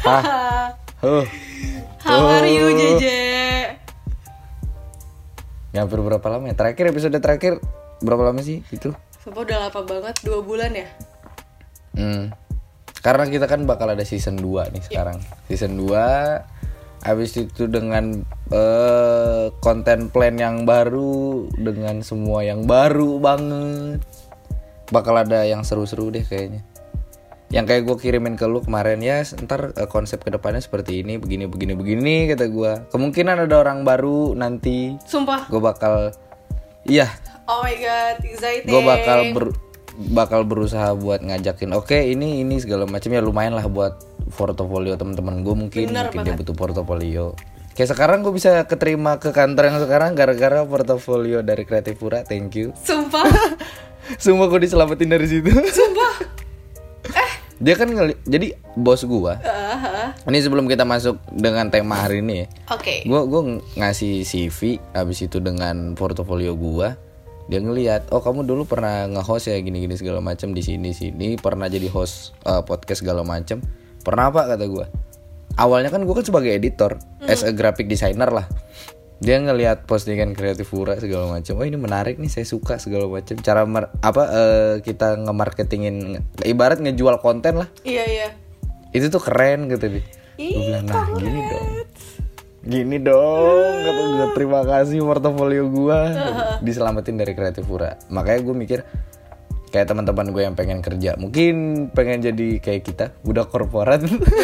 How are you, JJ? Hampir berapa lama ya? Terakhir episode terakhir berapa lama sih itu? Sumpah udah lama banget, 2 bulan ya? Karena kita kan bakal ada season 2 nih sekarang. Season 2 habis itu dengan konten plan yang baru, dengan semua yang baru banget. Bakal ada yang seru-seru deh kayaknya. Yang kayak gue kirimin ke lu kemarin ya, ntar konsep kedepannya seperti ini, begini kata gue. Kemungkinan ada orang baru nanti. Sumpah. Gue bakal, iya. Oh my god, exciting. Gue bakal berusaha buat ngajakin. Oke, ini segala macam ya, lumayan lah buat portofolio teman-teman gue mungkin dia butuh portofolio. Kayak sekarang gue bisa keterima ke kantor yang sekarang gara-gara portofolio dari Kreatifura. Thank you. Sumpah. Sumpah gue diselamatin dari situ. Sumpah. Dia kan jadi bos gua. Ini sebelum kita masuk dengan tema hari ini ya. Oke. Gua ngasih CV habis itu dengan portofolio gua. Dia ngelihat, "Oh, kamu dulu pernah nge-host ya gini-gini segala macam di sini, pernah jadi host podcast segala macam." "Pernah, Pak," kata gua. Awalnya kan gua kan sebagai editor, as a graphic designer lah. Dia ngelihat postingan Kreatifura segala macam. Oh, ini menarik nih, saya suka segala macam. Cara kita nge-marketingin, ibarat ngejual konten lah. Iya. Itu tuh keren gitu dia. Gue bilang, nah gini dong kata gue, terima kasih portofolio gue diselamatin dari Kreatifura. Makanya gue mikir kayak teman-teman gue yang pengen kerja, mungkin pengen jadi kayak kita, budak korporat.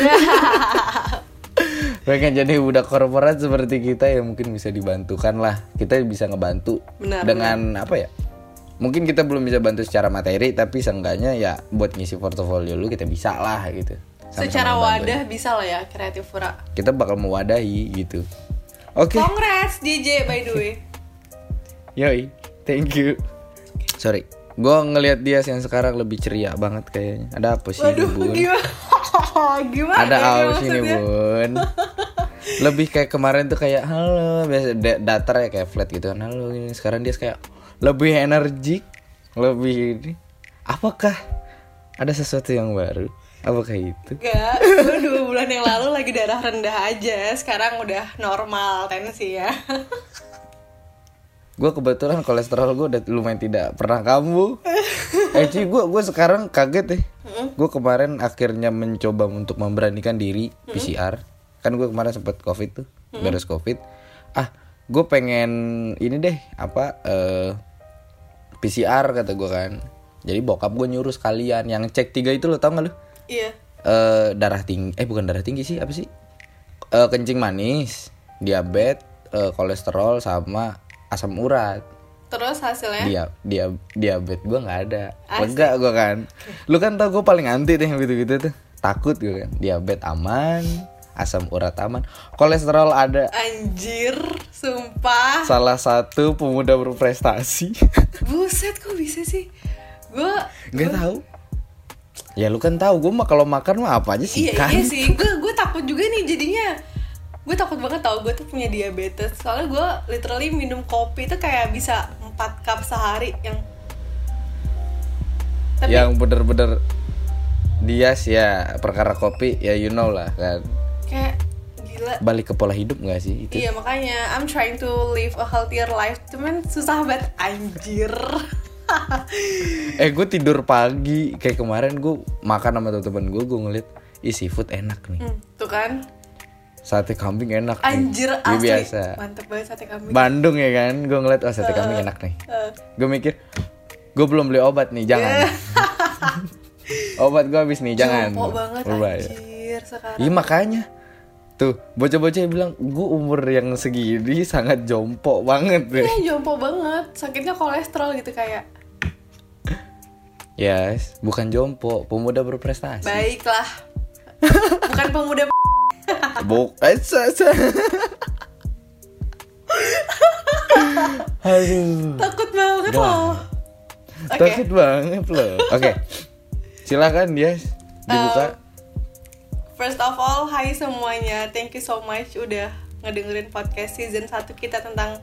Pengen jadi budak korporat seperti kita ya, mungkin bisa dibantukan lah. Kita bisa ngebantu dengan apa ya, mungkin kita belum bisa bantu secara materi, tapi seenggaknya ya buat ngisi portofolio lu kita bisa lah gitu. Sama-sama secara wadah ya. bisa lah ya Kreatifura. Kita bakal mewadahi gitu. Oke. Congrats DJ by the way. Yoi, thank you. Sorry, gue ngelihat dia yang sekarang lebih ceria banget kayaknya. Ada apa sih? Waduh, Bun? Gimana? Ada apa sih nih Bun? Lebih kayak kemarin tuh kayak halo, biasa datar ya kayak flat gitu kan. Halo ini, sekarang dia kayak lebih energik, lebih ini. Apakah ada sesuatu yang baru? Apakah itu? Enggak, gue 2 bulan yang lalu lagi darah rendah aja. Sekarang udah normal tensi ya. Gue kebetulan kolesterol gue udah lumayan tidak pernah kambuh. Cuy, gue sekarang kaget deh. Gue kemarin akhirnya mencoba untuk memberanikan diri PCR. Kan gue kemarin sempet COVID tuh, beres COVID. Gue pengen ini deh, PCR kata gue kan. Jadi bokap gue nyuruh sekalian yang cek 3 itu, lo tau gak lo? Iya. Darah tinggi, bukan darah tinggi sih, apa sih? Kencing manis, diabetes, kolesterol sama asam urat. Terus hasilnya? Diabetes gue nggak ada. Lega gue kan. Lu kan tau gue paling anti deh gitu-gitu tuh. Takut gue kan. Diabetes aman, asam urat aman, kolesterol ada. Anjir, sumpah. Salah satu pemuda berprestasi. Buset, kok bisa sih? Gue nggak tahu. Ya lu kan tahu, gue mah kalau makan mah apa aja sih kan. Iya sih, gue takut juga nih jadinya. Gue takut banget tau, gue tuh punya diabetes. Soalnya gue literally minum kopi tuh kayak bisa 4 cup sehari yang bener-bener dias ya, perkara kopi ya you know lah kan. Kayak gila. Balik ke pola hidup gak sih itu? Iya makanya I'm trying to live a healthier life. Cuman susah banget anjir. Gue tidur pagi kayak kemarin gue makan sama temen gue ngeliat seafood enak nih. Tuh kan. Sate kambing enak anjir, nih. Asli Biasa. mantep banget sate kambing. Bandung ya kan. Gue ngeliat sate kambing enak nih. Gue mikir gue belum beli obat nih, jangan. Obat gue habis nih, jangan. Jompo banget anjir sekarang. Iya makanya tuh bocah-bocah bilang gue umur yang segini sangat jompo banget deh. Iya jompo banget, sakitnya kolesterol gitu kayak. Yes, bukan jompo, pemuda berprestasi. Baiklah. Bukan pemuda. Aduh. Takut banget loh. Takut banget loh. Oke. Silakan Dias, dibuka. First of all, hai semuanya. Thank you so much udah ngedengerin podcast season 1 kita tentang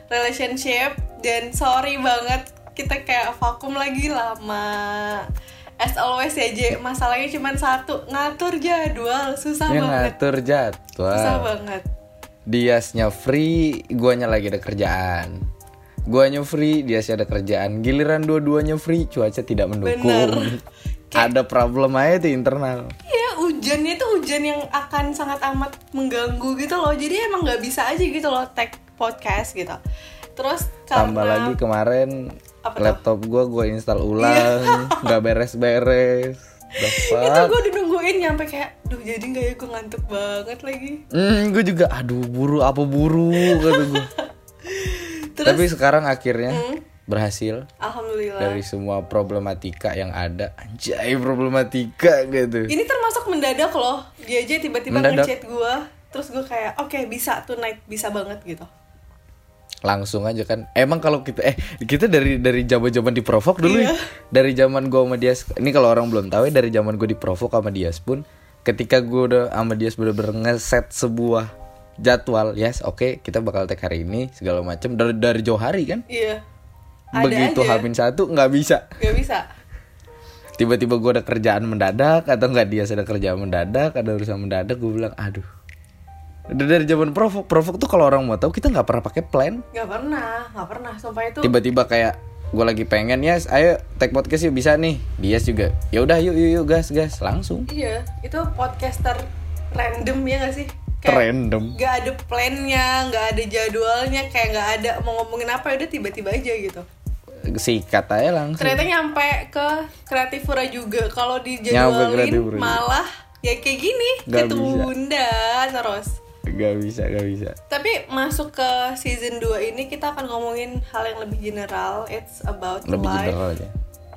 relationship. Dan sorry banget kita kayak vakum lagi lama. as always ya J, masalahnya cuma satu, ngatur jadwal, susah Yang banget. ngatur jadwal. Susah banget. Diasnya free, guanya lagi ada kerjaan. Guanya free, diasnya ada kerjaan. Giliran dua-duanya free, cuaca tidak mendukung. Bener. Ada problem aja tuh internal. Iya, hujannya tuh hujan yang akan sangat amat mengganggu gitu loh. Jadi emang nggak bisa aja gitu loh tag podcast gitu. Terus Tambah karena lagi kemarin Apa tuh? laptop gue install ulang, nggak beres-beres. itu Dapat. gue udah nungguin nyampe kayak, duh jadi nggak ya, gue ngantuk banget lagi. Gue juga, aduh buru kata gue. Terus Tapi sekarang akhirnya berhasil alhamdulillah. dari semua problematika yang ada. Anjay, problematika gitu. Ini termasuk mendadak loh. Dia aja tiba-tiba Mendadak. ngechat gue, terus gue kayak oke, bisa tonight, bisa banget gitu. Langsung aja kan. Emang kalau kita dari zaman di Provok dulu Iya. ya. Dari zaman gue sama Dias. Ini kalau orang belum tahu ya, dari zaman gue di Provok sama Dias pun, ketika gue udah sama Dias bener-bener ngeset sebuah jadwal, yes, oke, kita bakal tag hari ini segala macam dari jauh hari kan. Iya. Ada Begitu aja. H-1 nggak bisa. Gak bisa. Tiba-tiba gue ada kerjaan mendadak, atau nggak Dias ada kerjaan mendadak, ada urusan mendadak, gue bilang aduh. Udah dari zaman Provok tuh kalau orang mau tahu kita nggak pernah pakai plan. Gak pernah. Sumpah itu. Tiba-tiba kayak gue lagi pengen, yes, ayo tag podcast yuk, bisa nih. Dia juga, ya udah yuk gas langsung. Iya, itu podcaster random ya gak sih? Random. Gak ada plannya, gak ada jadwalnya, kayak gak ada mau ngomongin apa, udah tiba-tiba aja gitu. Sikat aja langsung. Ternyata nyampe ke Kreatifura juga. Kalau Nyampe dijadwalin Kreatifura juga. malah ya kayak gini, Gak ketunda terus. Gak bisa. Tapi masuk ke season 2 ini kita akan ngomongin hal yang lebih general. It's about Lebih life. general aja.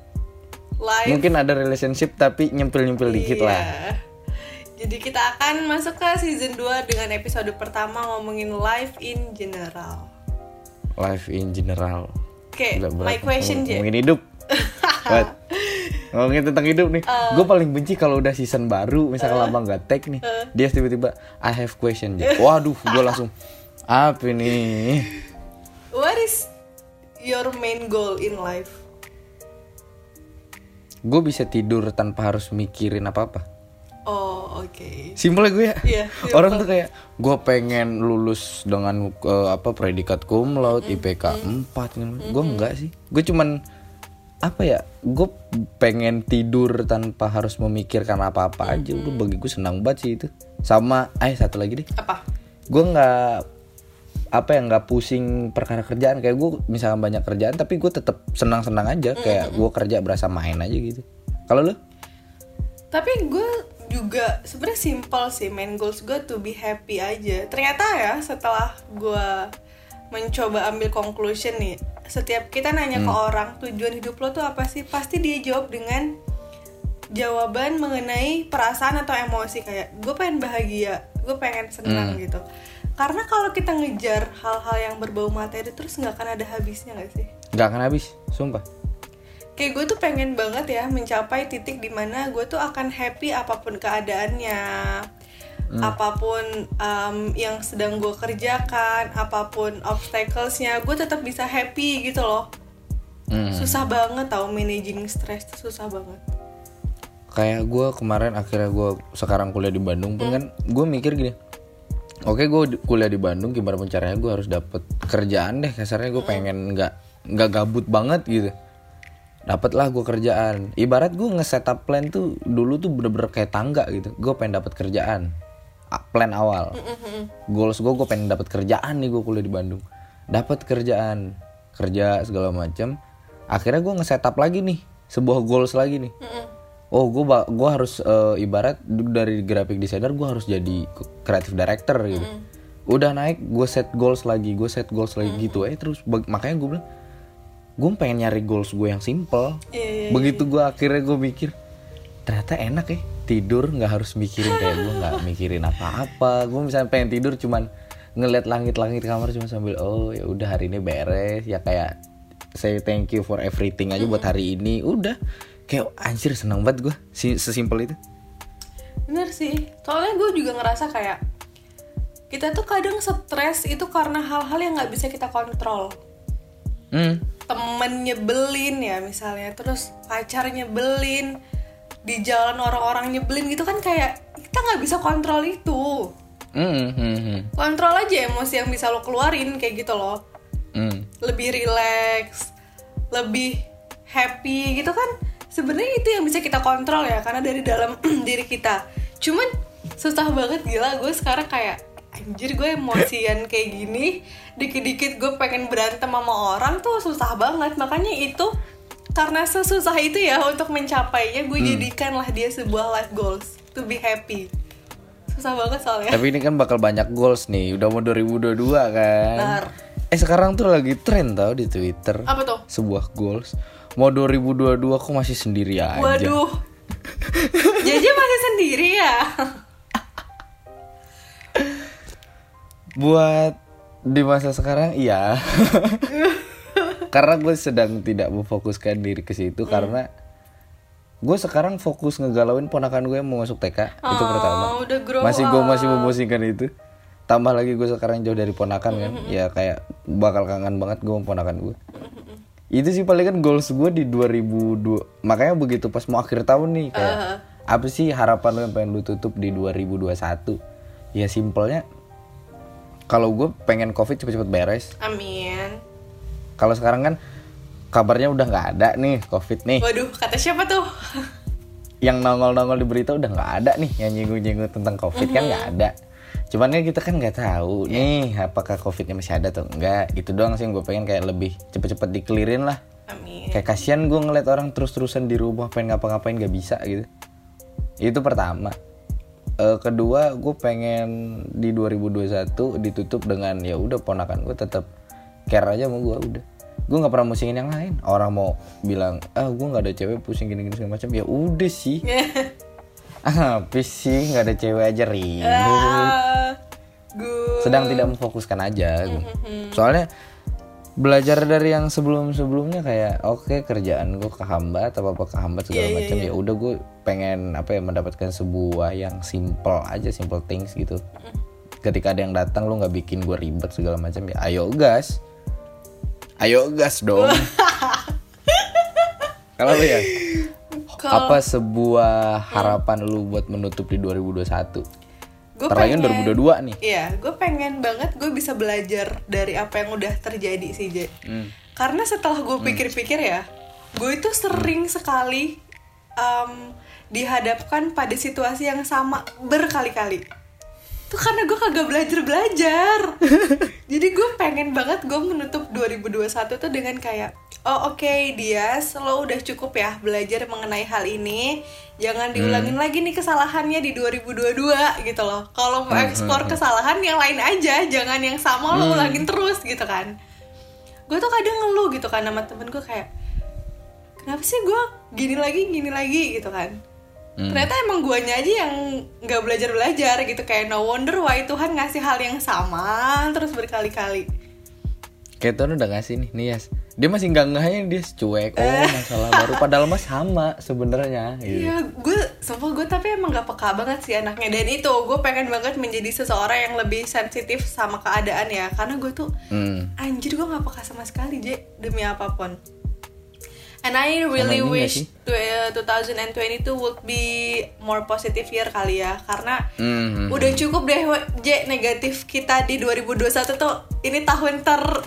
Life. Mungkin ada relationship tapi nyempil dikit Iya. lah. Jadi kita akan masuk ke season 2 dengan episode pertama ngomongin life in general. Life in general. Oke, Gila, berat. my question J. Ngomongin hidup. What? Ngomongin tentang hidup nih. Gue paling benci kalau udah season baru, misalkan lama nggak tag nih, dia tiba-tiba I have question. Waduh, gue langsung apa ini? What is your main goal in life? Gue bisa tidur tanpa harus mikirin apa-apa. Oh, oke. Simpel ya gue ya. Iya, Orang tuh kayak gue pengen lulus dengan predikat cum laude, IPK 4 Gue enggak sih. Gue cuman apa ya? Gue pengen tidur tanpa harus memikirkan apa-apa aja. Udah bagi gue senang banget sih itu. Sama satu lagi deh. Apa? Gue nggak pusing perkara kerjaan. Kayak gue misalkan banyak kerjaan tapi gue tetap senang-senang aja. Kayak gue kerja berasa main aja gitu. Kalau lu? Tapi gue juga sebenarnya simple sih, main goals gue to be happy aja. Ternyata ya setelah gue mencoba ambil conclusion nih, setiap kita nanya ke orang tujuan hidup lo tuh apa sih, pasti dia jawab dengan jawaban mengenai perasaan atau emosi, kayak gue pengen bahagia, gue pengen senang gitu. Karena kalau kita ngejar hal-hal yang berbau materi terus nggak akan ada habisnya nggak sih? Nggak akan habis, sumpah. Kayak gue tuh pengen banget ya mencapai titik dimana gue tuh akan happy apapun keadaannya, apapun yang sedang gue kerjakan, apapun obstaclesnya, gue tetap bisa happy gitu loh. Susah banget tau managing stress tuh, susah banget. Kayak gue kemarin akhirnya gue sekarang kuliah di Bandung pun kan gue mikir gini, oke, gue kuliah di Bandung, gimana pun caranya gue harus dapet kerjaan deh, kasarnya gue pengen nggak gabut banget gitu. Dapatlah gue kerjaan. Ibarat gue nge-setup plan tuh dulu tuh bener-bener kayak tangga gitu. Gue pengen dapat kerjaan. Plan awal. Goals gue pengen dapat kerjaan nih, gue kuliah di Bandung. Dapat kerjaan, kerja segala macam. Akhirnya gue nge-setup lagi nih sebuah goals lagi nih. Oh, gue harus ibarat dari graphic designer gue harus jadi creative director gitu. Udah naik, gue set goals lagi gitu. Terus makanya gue bilang, gue pengen nyari goals gue yang simple. Begitu gue akhirnya gue mikir, ternyata enak ya tidur nggak harus mikirin, kayak gue nggak mikirin apa-apa. Gue misalnya pengen tidur cuman ngeliat langit-langit kamar cuma sambil ya udah hari ini beres ya, kayak say thank you for everything aja buat hari ini. Udah kayak anjir seneng banget gue, sesimpel itu. Bener sih, soalnya gue juga ngerasa kayak kita tuh kadang stres itu karena hal-hal yang nggak bisa kita kontrol. temen nyebelin ya misalnya, terus pacar nyebelin, di jalan orang-orang nyebelin gitu kan, kayak kita nggak bisa kontrol itu. Kontrol aja emosi yang bisa lo keluarin kayak gitu loh. Lebih relax, lebih happy gitu kan, sebenarnya itu yang bisa kita kontrol ya, karena dari dalam diri kita. Cuman susah banget, gila gue sekarang kayak anjir, gue emosian kayak gini, dikit-dikit gue pengen berantem sama orang tuh susah banget. Makanya itu, karena sesusah itu ya untuk mencapainya, gue jadikanlah dia sebuah life goals, to be happy. Susah banget soalnya. Tapi ini kan bakal banyak goals nih, udah mau 2022 kan. Benar. Sekarang tuh lagi tren tau di Twitter. Apa tuh? Sebuah goals, mau 2022 kok masih sendiri aja. Waduh, Jaja masih sendiri ya? Buat di masa sekarang iya. Karena gue sedang tidak memfokuskan diri ke situ, karena gue sekarang fokus ngegalauin ponakan gue yang mau masuk TK. Itu pertama. Udah grow masih memosingkan itu. Tambah lagi gue sekarang jauh dari ponakan kan. Ya kayak bakal kangen banget gue sama ponakan gue. Itu sih paling kan goals gue di 2002. Makanya begitu pas mau akhir tahun nih, kayak apa sih harapan lo yang pengen lu tutup di 2021? Ya simpelnya, kalau gue pengen COVID cepet-cepet beres. Amin. Kalau sekarang kan kabarnya udah nggak ada nih COVID nih. Waduh, kata siapa tuh? Yang nongol-nongol di berita udah nggak ada nih, yang nyinggung-nyinggung tentang COVID kan nggak ada. Cuman kan kita kan nggak tahu nih apakah COVID-nya masih ada atau enggak. Itu doang sih yang gue pengen, kayak lebih cepet-cepet dikelirin lah. Amin. Kayak kasian gue ngeliat orang terus-terusan di rumah pengen ngapa-ngapain nggak bisa gitu. Itu pertama. Kedua, gue pengen di 2021 ditutup dengan ya udah ponakan gue tetap care aja sama gue, udah. Gue nggak pernah musingin yang lain. Orang mau bilang gue nggak ada cewek, pusing gini-gini segala macam, ya udah sih. Apa sih, nggak ada cewek aja ribut. Sedang tidak memfokuskan aja. Soalnya belajar dari yang sebelum-sebelumnya, kayak oke, kerjaan gue kehambat apa kehambat segala macam, ya udah gue pengen mendapatkan sebuah yang simple aja, simple things gitu. Ketika ada yang datang lu nggak bikin gue ribet segala macam, ya ayo gas dong. Kalau lu ya, apa sebuah harapan lu buat menutup di 2021? Terlayan 2022 nih. Iya, gue pengen banget gue bisa belajar dari apa yang udah terjadi sih, J. Karena setelah gue pikir-pikir ya, gue itu sering sekali dihadapkan pada situasi yang sama berkali-kali. Itu karena gue kagak belajar. Jadi gue pengen banget gue menutup 2021 tuh dengan kayak, oke, Dias, lo udah cukup ya belajar mengenai hal ini. Jangan diulangin lagi nih kesalahannya di 2022 gitu loh. Kalau mau eksplor kesalahan yang lain aja, jangan yang sama lo ulangin terus gitu kan. Gue tuh kadang ngeluh gitu kan sama temen gue, kayak kenapa sih gue gini lagi gitu kan. Ternyata emang guanya aja yang gak belajar gitu. Kayak no wonder why Tuhan ngasih hal yang sama terus berkali-kali. Kayak Tuhan udah ngasih nih Nias, dia masih nggak dia cuek. Masalah baru, padahal mah sama sebenarnya gitu. Iya, gue tapi emang gak peka banget sih anaknya. Dan itu gue pengen banget menjadi seseorang yang lebih sensitif sama keadaan ya. Karena gue tuh anjir, gue gak peka sama sekali, J, demi apapun. And I really wish 2022 would be more positive year kali ya. Karena udah cukup deh, J, negatif kita di 2021 tuh. Ini tahun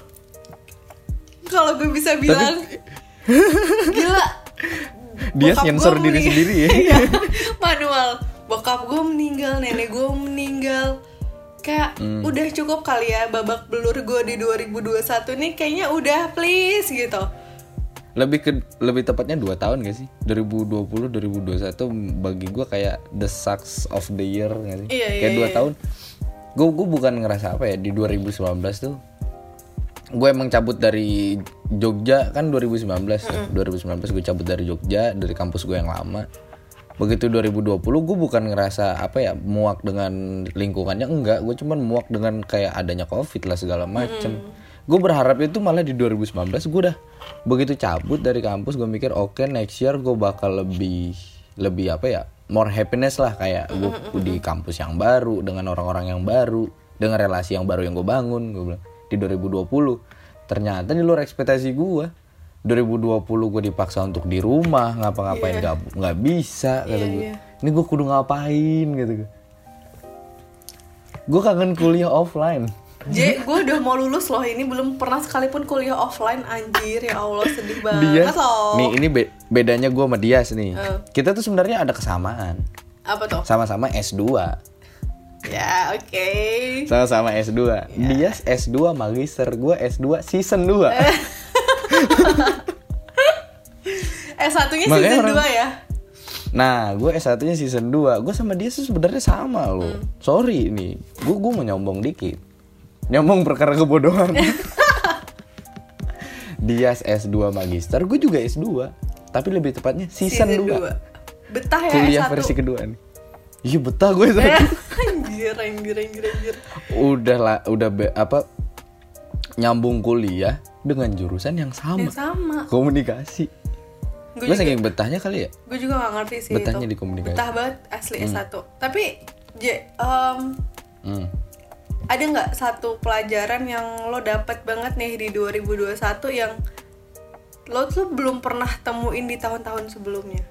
kalau gue bisa bilang gila. Dia nyensor diri sendiri ya. Iya, manual. Bokap gue meninggal, nenek gue meninggal. Kayak udah cukup kali ya babak belur gue di 2021 nih. Kayaknya udah, please gitu. Lebih tepatnya 2 tahun gak sih? 2020 2021 bagi gue kayak the sucks of the year gak sih? Kayak 2 tahun. Gue bukan ngerasa apa ya, di 2019 tuh gue emang cabut dari Jogja kan 2019. 2019 gue cabut dari Jogja, dari kampus gue yang lama. Begitu 2020 gue bukan ngerasa apa ya, muak dengan lingkungannya, enggak. Gue cuman muak dengan kayak adanya COVID lah segala macem. Gue berharap itu malah di 2019 gue udah begitu cabut dari kampus, gue mikir oke, next year gue bakal lebih apa ya, more happiness lah, kayak gue di kampus yang baru, dengan orang-orang yang baru, dengan relasi yang baru yang gue bangun. Gue bilang di 2020 ternyata di luar ekspektasi gue. 2020 gue dipaksa untuk di rumah, ngapa-ngapain nggak bisa kata gue. Ini gue kudu ngapain gitu. Gue kangen kuliah offline. J, gue udah mau lulus loh, ini belum pernah sekalipun kuliah offline, anjir, ya Allah, sedih banget loh. Nih ini bedanya gue sama Dias nih. Kita tuh sebenarnya ada kesamaan. Apa tuh? Sama-sama S2. Ya, oke. Sama-sama S2. Dias S2 magister, gue S2 season 2. S1-nya season 2 ya? Nah, gue S1-nya season 2. Gue sama dia tuh sebenarnya sama loh. Sorry nih, gue mau nyombong dikit. Nyombong perkara kebodohan. Dia S2 magister, gue juga S2. Tapi lebih tepatnya season 2. Betah ya kuliah S1? Versi kedua nih. Iya betah gue S1. Anjir. Udah nyambung kuliah dengan jurusan yang sama. Komunikasi. Gue saking betahnya kali ya. Gue juga gak ngerti sih betahnya itu. Di komunikasi. Betah banget asli S1. Tapi ada nggak satu pelajaran yang lo dapet banget nih di 2021 yang lo tuh belum pernah temuin di tahun-tahun sebelumnya?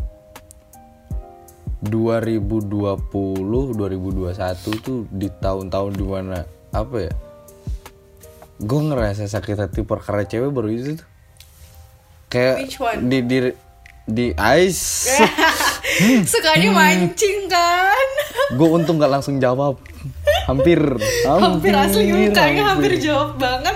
2020, 2021 tuh di tahun-tahun dimana apa ya? Gue ngerasa sakit hati perkara cewek baru itu tuh. Kayak which one? Di ice. Sukanya mancing kan? Gue untung nggak langsung jawab. Hampir asli mukanya hampir jawab banget.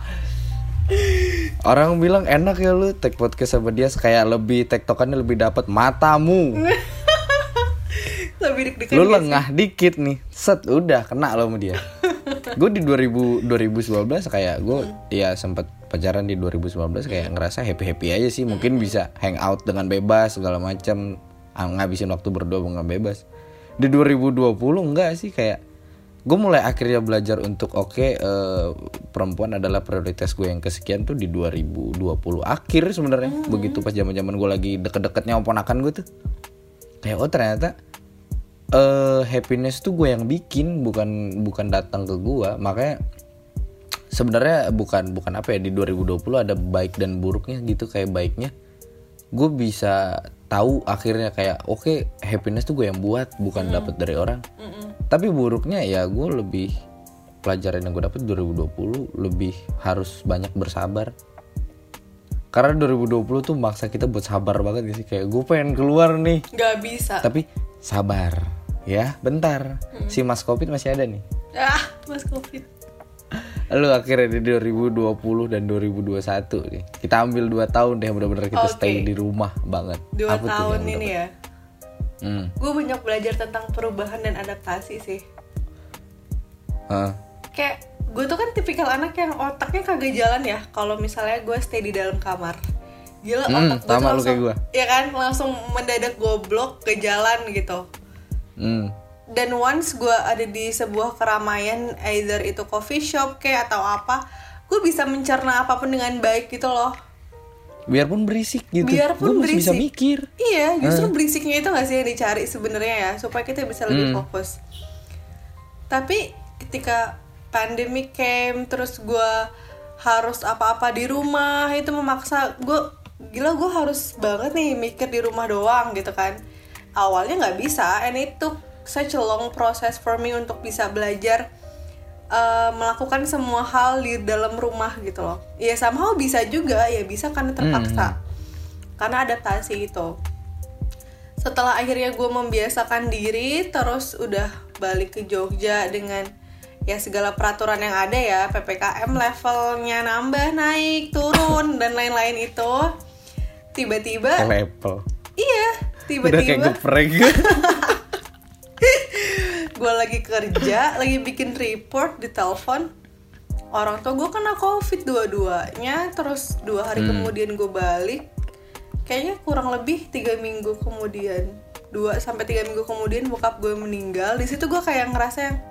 Orang bilang enak ya lu take podcast sama dia, kayak lebih tektokannya lebih dapat matamu. Lebih deg-degan. Lu lengah dikit nih, set udah kena lo sama dia. Gue di 2019 kayak gue ya sempet pacaran di 2019 kayak ngerasa happy aja sih, mungkin bisa hang out dengan bebas segala macam, ngabisin waktu berdua dengan bebas. Di 2020 enggak sih, kayak gue mulai akhirnya belajar untuk perempuan adalah prioritas gue yang kesekian tuh di 2020 akhir sebenarnya. Begitu pas zaman-zaman gue lagi deket-deketnya ponakan gue tuh, kayak ternyata happiness tuh gue yang bikin, bukan datang ke gue. Makanya sebenarnya bukan apa ya, di 2020 ada baik dan buruknya gitu. Kayak baiknya gue bisa tahu akhirnya kayak happiness tuh gue yang buat, bukan dapet dari orang. Tapi buruknya ya gue lebih, pelajaran yang gue dapet 2020 lebih harus banyak bersabar. Karena 2020 tuh maksa kita buat sabar banget gak sih. Kayak gue pengen keluar nih, gak bisa, tapi sabar ya bentar. Si Mas Covid masih ada nih. Mas Covid. Lu akhirnya di 2020 dan 2021 nih, kita ambil 2 tahun deh benar-benar kita stay di rumah banget. 2 tahun ini ya. Gue banyak belajar tentang perubahan dan adaptasi sih. Kayak gue tuh kan tipikal anak yang otaknya kagak jalan ya kalau misalnya gue stay di dalam kamar. Gila, otak gue tuh langsung, ya kan, langsung mendadak goblok ke jalan gitu. Dan once gue ada di sebuah keramaian, either itu coffee shop kayak atau apa, gue bisa mencerna apapun dengan baik gitu loh. Biarpun berisik gitu, gue masih bisa mikir. Iya, justru berisiknya itu nggak sih yang dicari sebenarnya ya, supaya kita bisa lebih fokus. Tapi ketika pandemic came, terus gue harus apa-apa di rumah, itu memaksa gue, gila gue harus banget nih mikir di rumah doang gitu kan. Awalnya nggak bisa, and it took such a long process for me untuk bisa belajar melakukan semua hal di dalam rumah gitu loh. Ya somehow bisa juga, ya bisa karena terpaksa, karena adaptasi itu. Setelah akhirnya gue membiasakan diri, terus udah balik ke Jogja dengan ya segala peraturan yang ada ya, PPKM levelnya nambah, naik, turun dan lain-lain itu. Tiba-tiba level. Iya, tiba-tiba udah kayak geprek. Gue lagi kerja, lagi bikin report, di telepon orang tua gue kena COVID dua-duanya. Terus 2 hari kemudian gue balik, kayaknya kurang lebih 3 minggu kemudian, 2-3 minggu kemudian bokap gue meninggal. Di situ gue kayak ngerasa yang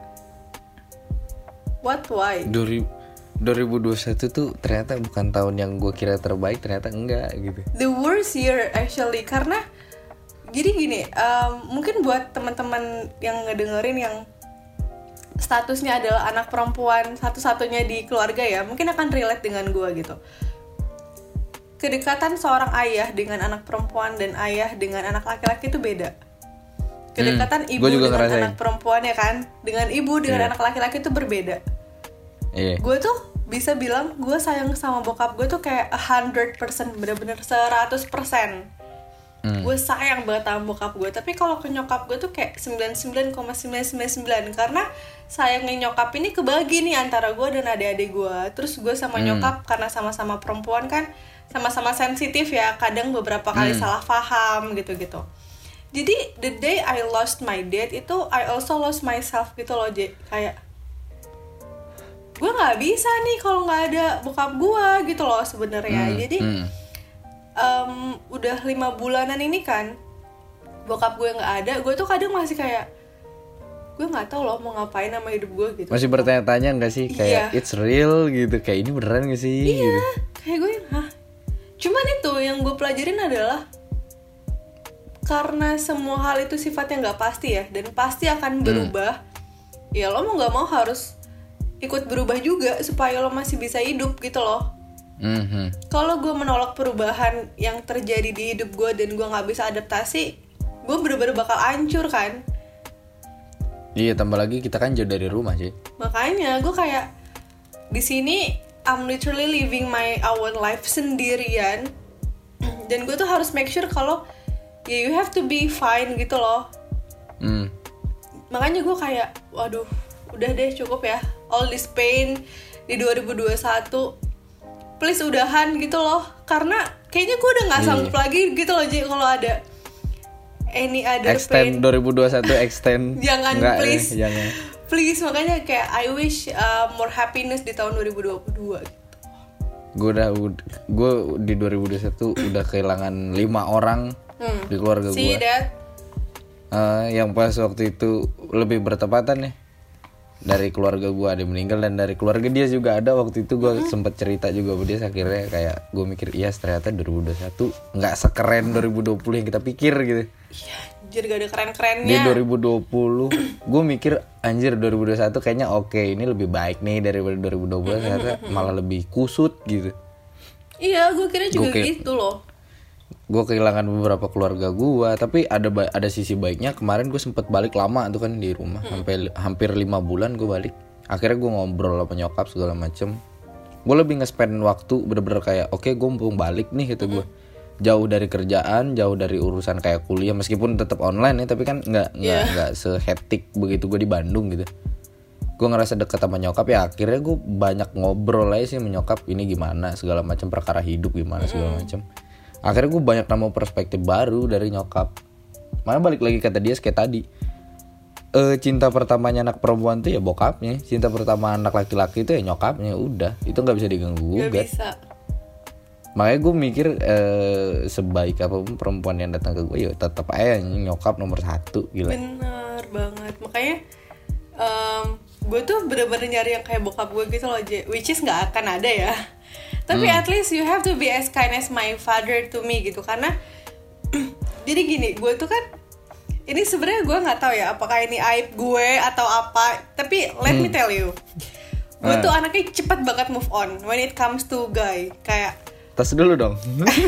what, why? 2021 tuh ternyata bukan tahun yang gue kira terbaik, ternyata enggak gitu. The worst year actually, karena jadi gini, mungkin buat teman-teman yang ngedengerin yang statusnya adalah anak perempuan satu-satunya di keluarga ya, mungkin akan relate dengan gue gitu. kedekatan seorang ayah dengan anak perempuan dan ayah dengan anak laki-laki itu beda. Kedekatan ibu dengan ngerasain. anak perempuan ya kan, dengan ibu dengan anak laki-laki itu berbeda. Gue tuh bisa bilang gue sayang sama bokap gue tuh kayak 100%, bener-bener 100%. Gue sayang banget sama bokap gue. Tapi kalau ke nyokap gue tuh kayak 99,999, karena sayangnya nyokap ini kebagi nih antara gue dan adik-adik gue. Terus gue sama nyokap karena sama-sama perempuan kan, sama-sama sensitif ya, kadang beberapa kali salah paham gitu-gitu. Jadi the day I lost my dad itu I also lost myself gitu loh, kayak gue nggak bisa nih kalau nggak ada bokap gue gitu loh sebenarnya. Jadi udah 5 bulanan ini kan bokap gue nggak ada, gue tuh kadang masih kayak gue nggak tahu loh mau ngapain sama hidup gue gitu. Masih bertanya-tanya nggak sih kayak it's real gitu, kayak ini beneran nggak sih? Iya, gitu. kayak gue cuman itu yang gue pelajarin adalah karena semua hal itu sifatnya nggak pasti ya, dan pasti akan berubah. Ya lo mau nggak mau harus ikut berubah juga supaya lo masih bisa hidup gitu loh. Kalau gue menolak perubahan yang terjadi di hidup gue dan gue nggak bisa adaptasi, gue bener-bener bakal hancur kan. Iya, tambah lagi kita kan jauh dari rumah sih. Makanya gue kayak di sini I'm literally living my own life sendirian, dan gue tuh harus make sure kalau ya you have to be fine gitu loh. Makanya gue kayak waduh udah deh cukup ya, all this pain di 2021 please udahan gitu loh, karena kayaknya gue udah nggak sanggup lagi gitu loh Ji, kalau ada any other extend pain. 2021 extend. Jangan enggak, please. Jangan. Please, makanya kayak I wish more happiness di tahun 2022 gitu. Gue di 2021 udah kehilangan 5 orang di keluarga gue. See that? Yang pas waktu itu lebih bertepatan nih, dari keluarga gue ada yang meninggal, dan dari keluarga dia juga ada. Waktu itu gue sempet cerita juga sama dia, akhirnya kayak gue mikir iya ternyata 2021 nggak sekeren 2020 yang kita pikir gitu. Iya, jadi gak ada keren-kerennya. Di 2020 gue mikir anjir 2021 kayaknya oke, ini lebih baik nih daripada 2020, ternyata malah lebih kusut gitu. Iya, gue kira juga gitu loh. Gue kehilangan beberapa keluarga gue, tapi ada sisi baiknya. Kemarin gue sempet balik lama tuh kan di rumah, sampai hampir 5 bulan gue balik. Akhirnya gue ngobrol sama nyokap segala macem. Gue lebih nge-spend waktu bener-bener kayak oke, gue mumpung balik nih gitu. Gue jauh dari kerjaan, jauh dari urusan kayak kuliah, meskipun tetap online ya, tapi kan nggak sehektik begitu gue di Bandung gitu. Gue ngerasa deket sama nyokap ya, akhirnya gue banyak ngobrol aja sih sama nyokap, ini gimana segala macam, perkara hidup gimana segala macam. Akhirnya gue banyak nemu perspektif baru dari nyokap. Makanya balik lagi kata dia kayak tadi, cinta pertamanya anak perempuan tuh ya bokapnya, cinta pertama anak laki-laki itu ya nyokapnya. Udah, itu nggak bisa diganggu gugat. Gak bisa. Makanya gue mikir sebaik apapun perempuan yang datang ke gue, ya tetap aja nyokap nomor 1. Gila. Bener banget. Makanya gue tuh bener-bener nyari yang kayak bokap gue gitu loh, which is gak akan ada ya. Tapi at least you have to be as kind as my father to me gitu. Karena jadi gini, gue tuh kan, ini sebenarnya gue nggak tahu ya apakah ini aib gue atau apa. Tapi let me tell you, gue tuh anaknya cepet banget move on when it comes to guy. Kayak tas dulu dong.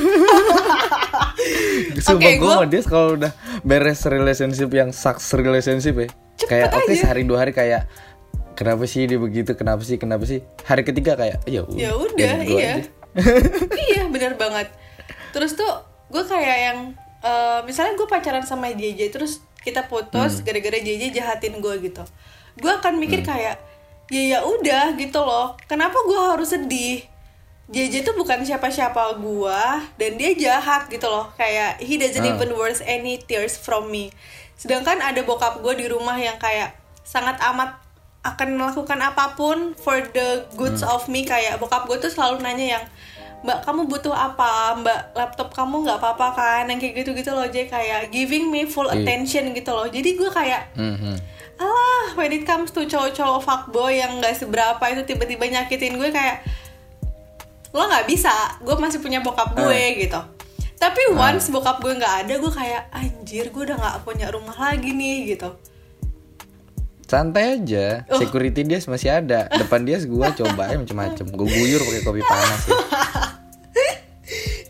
Sumpah gue sama dia kalau udah beres relationship yang sucks relationship ya, kayak oke, sehari 2 hari kayak kenapa sih dia begitu, kenapa sih. Hari ketiga kayak ya udah iya. Iya benar banget. Terus tuh gue kayak yang misalnya gue pacaran sama JJ, terus kita putus gara-gara JJ jahatin gue gitu. Gue akan mikir kayak ya udah gitu loh, kenapa gue harus sedih? JJ tuh bukan siapa-siapa gue, dan dia jahat gitu loh. Kayak he doesn't even worth any tears from me. Sedangkan ada bokap gue di rumah yang kayak sangat amat akan melakukan apapun for the goods of me. Kayak bokap gue tuh selalu nanya yang, Mbak kamu butuh apa? Mbak laptop kamu nggak apa-apa kan? Yang kayak gitu-gitu loh, Jay. Kayak giving me full attention gitu loh. Jadi gue kayak alah, when it comes to cowok-cowok fuckboy yang nggak seberapa itu tiba-tiba nyakitin gue, kayak lo nggak bisa, gue masih punya bokap gue gitu. Tapi once bokap gue nggak ada, gue kayak anjir, gue udah nggak punya rumah lagi nih gitu. Santai aja, security dia masih ada. Depan dia gue cobain macam-macam. Gue guyur pakai kopi panas ya.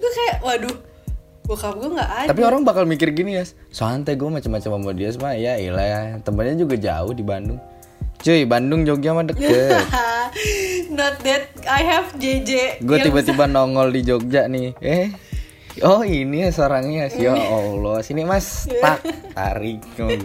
waduh, bokap gue nggak ada. Tapi orang bakal mikir gini ya, santai gue macam-macam sama dia mah ya ilah ya. Temennya juga jauh di Bandung. Cuy, Bandung Jogja mah deket. Not that I have JJ. Gue tiba-tiba nongol di Jogja nih. Oh ini ya sarangnya. Ya Allah, sini mas, tarik.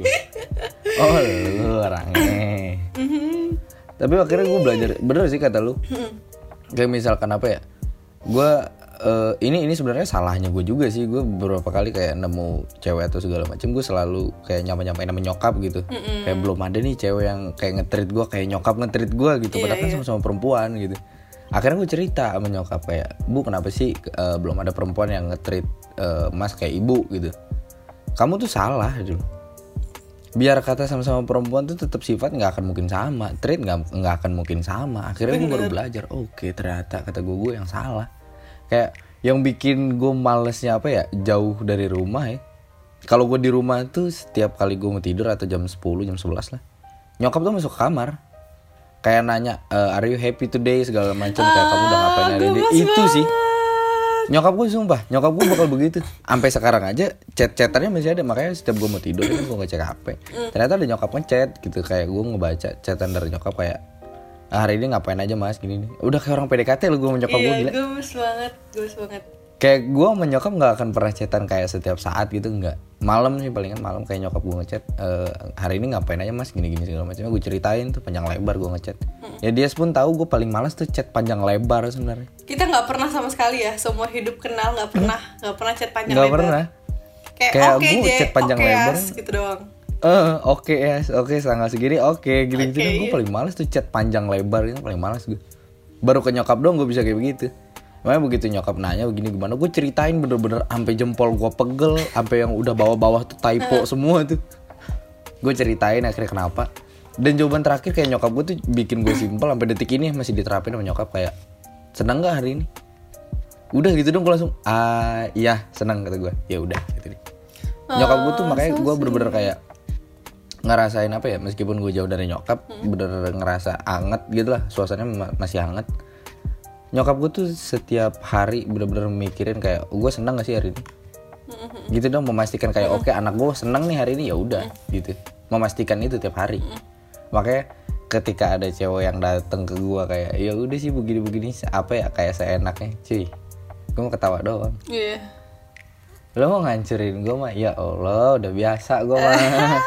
Oh lu orangnya. Tapi akhirnya gue belajar, bener sih kata lu. Kayak misalkan apa ya, gue ini sebenarnya salahnya gue juga sih. Gue beberapa kali kayak nemu cewek atau segala macam, gue selalu kayak nyamain nama nyokap gitu. Kayak belum ada nih cewek yang kayak nge-treat gue kayak nyokap nge-treat gue gitu. Padahal kan sama-sama perempuan gitu. Akhirnya gue cerita sama nyokap kayak, bu kenapa sih belum ada perempuan yang nge-treat mas kayak ibu gitu. Kamu tuh salah gitu. Biar kata sama-sama perempuan tuh tetap sifat nggak akan mungkin sama, treat nggak akan mungkin sama. Akhirnya gue baru belajar, oke, ternyata kata gue yang salah. Kayak yang bikin gue malesnya apa ya, jauh dari rumah ya. Kalau gue di rumah tuh setiap kali gue mau tidur atau jam 10, jam 11 lah, nyokap tuh masuk ke kamar kayak nanya, are you happy today segala macam, kayak kamu udah ngapain hari ini. Itu sih nyokap gue, sumpah nyokap gue bakal begitu. Sampai sekarang aja chat-chatannya masih ada. Makanya setiap gue mau tidur kan gue ngecek HP, ternyata ada nyokap ngechat gitu. Kayak gue ngebaca chatan dari nyokap kayak, hari ini ngapain aja mas gini nih. Udah kayak orang PDKT lu gue sama nyokap gue, gila. Gemes banget. Kayak gue sama nyokap gak akan pernah chatan kayak setiap saat gitu, enggak. Malam sih palingan malam kayak nyokap gue ngechat, hari ini ngapain aja mas gini-gini segala macam. Gue ceritain tuh panjang lebar gue ngechat. Ya dia pun tahu gue paling malas tuh chat panjang lebar sebenarnya. Kita nggak pernah sama sekali ya, seumur hidup kenal nggak pernah chat panjang lebar. Nggak pernah. Kayak gue chat panjang lebar gitu doang. Oke tanggal segini gini-gitu kan gue paling malas tuh chat panjang lebar, itu paling malas gue. Baru ke nyokap dong gue bisa kayak begitu. Makanya begitu nyokap nanya begini gimana, gue ceritain bener-bener sampai jempol gue pegel, sampai yang udah bawah-bawah tuh typo semua tuh. Gue ceritain akhirnya kenapa. Dan jawaban terakhir kayak nyokap gue tuh bikin gue simpel sampai detik ini masih diterapin sama nyokap kayak, senang nggak hari ini? Udah gitu dong, gue langsung iya senang kata gue. Ya udah gitu deh. Nyokap gue tuh makanya gue bener-bener kayak ngerasain apa ya, meskipun gue jauh dari nyokap, bener-bener ngerasa anget gitu lah, suasananya masih hangat. Nyokap gue tuh setiap hari bener-bener mikirin kayak, gue senang gak sih hari ini? Gitu dong, memastikan kayak oke, anak gue senang nih hari ini, ya udah gitu. Memastikan itu tiap hari. Makanya ketika ada cewek yang datang ke gue kayak, ya udah sih begini-begini apa ya, kayak seenaknya, cuy, gue mau ketawa doang. Iya. Lo mau ngancurin gue mah, ya Allah udah biasa gue mah.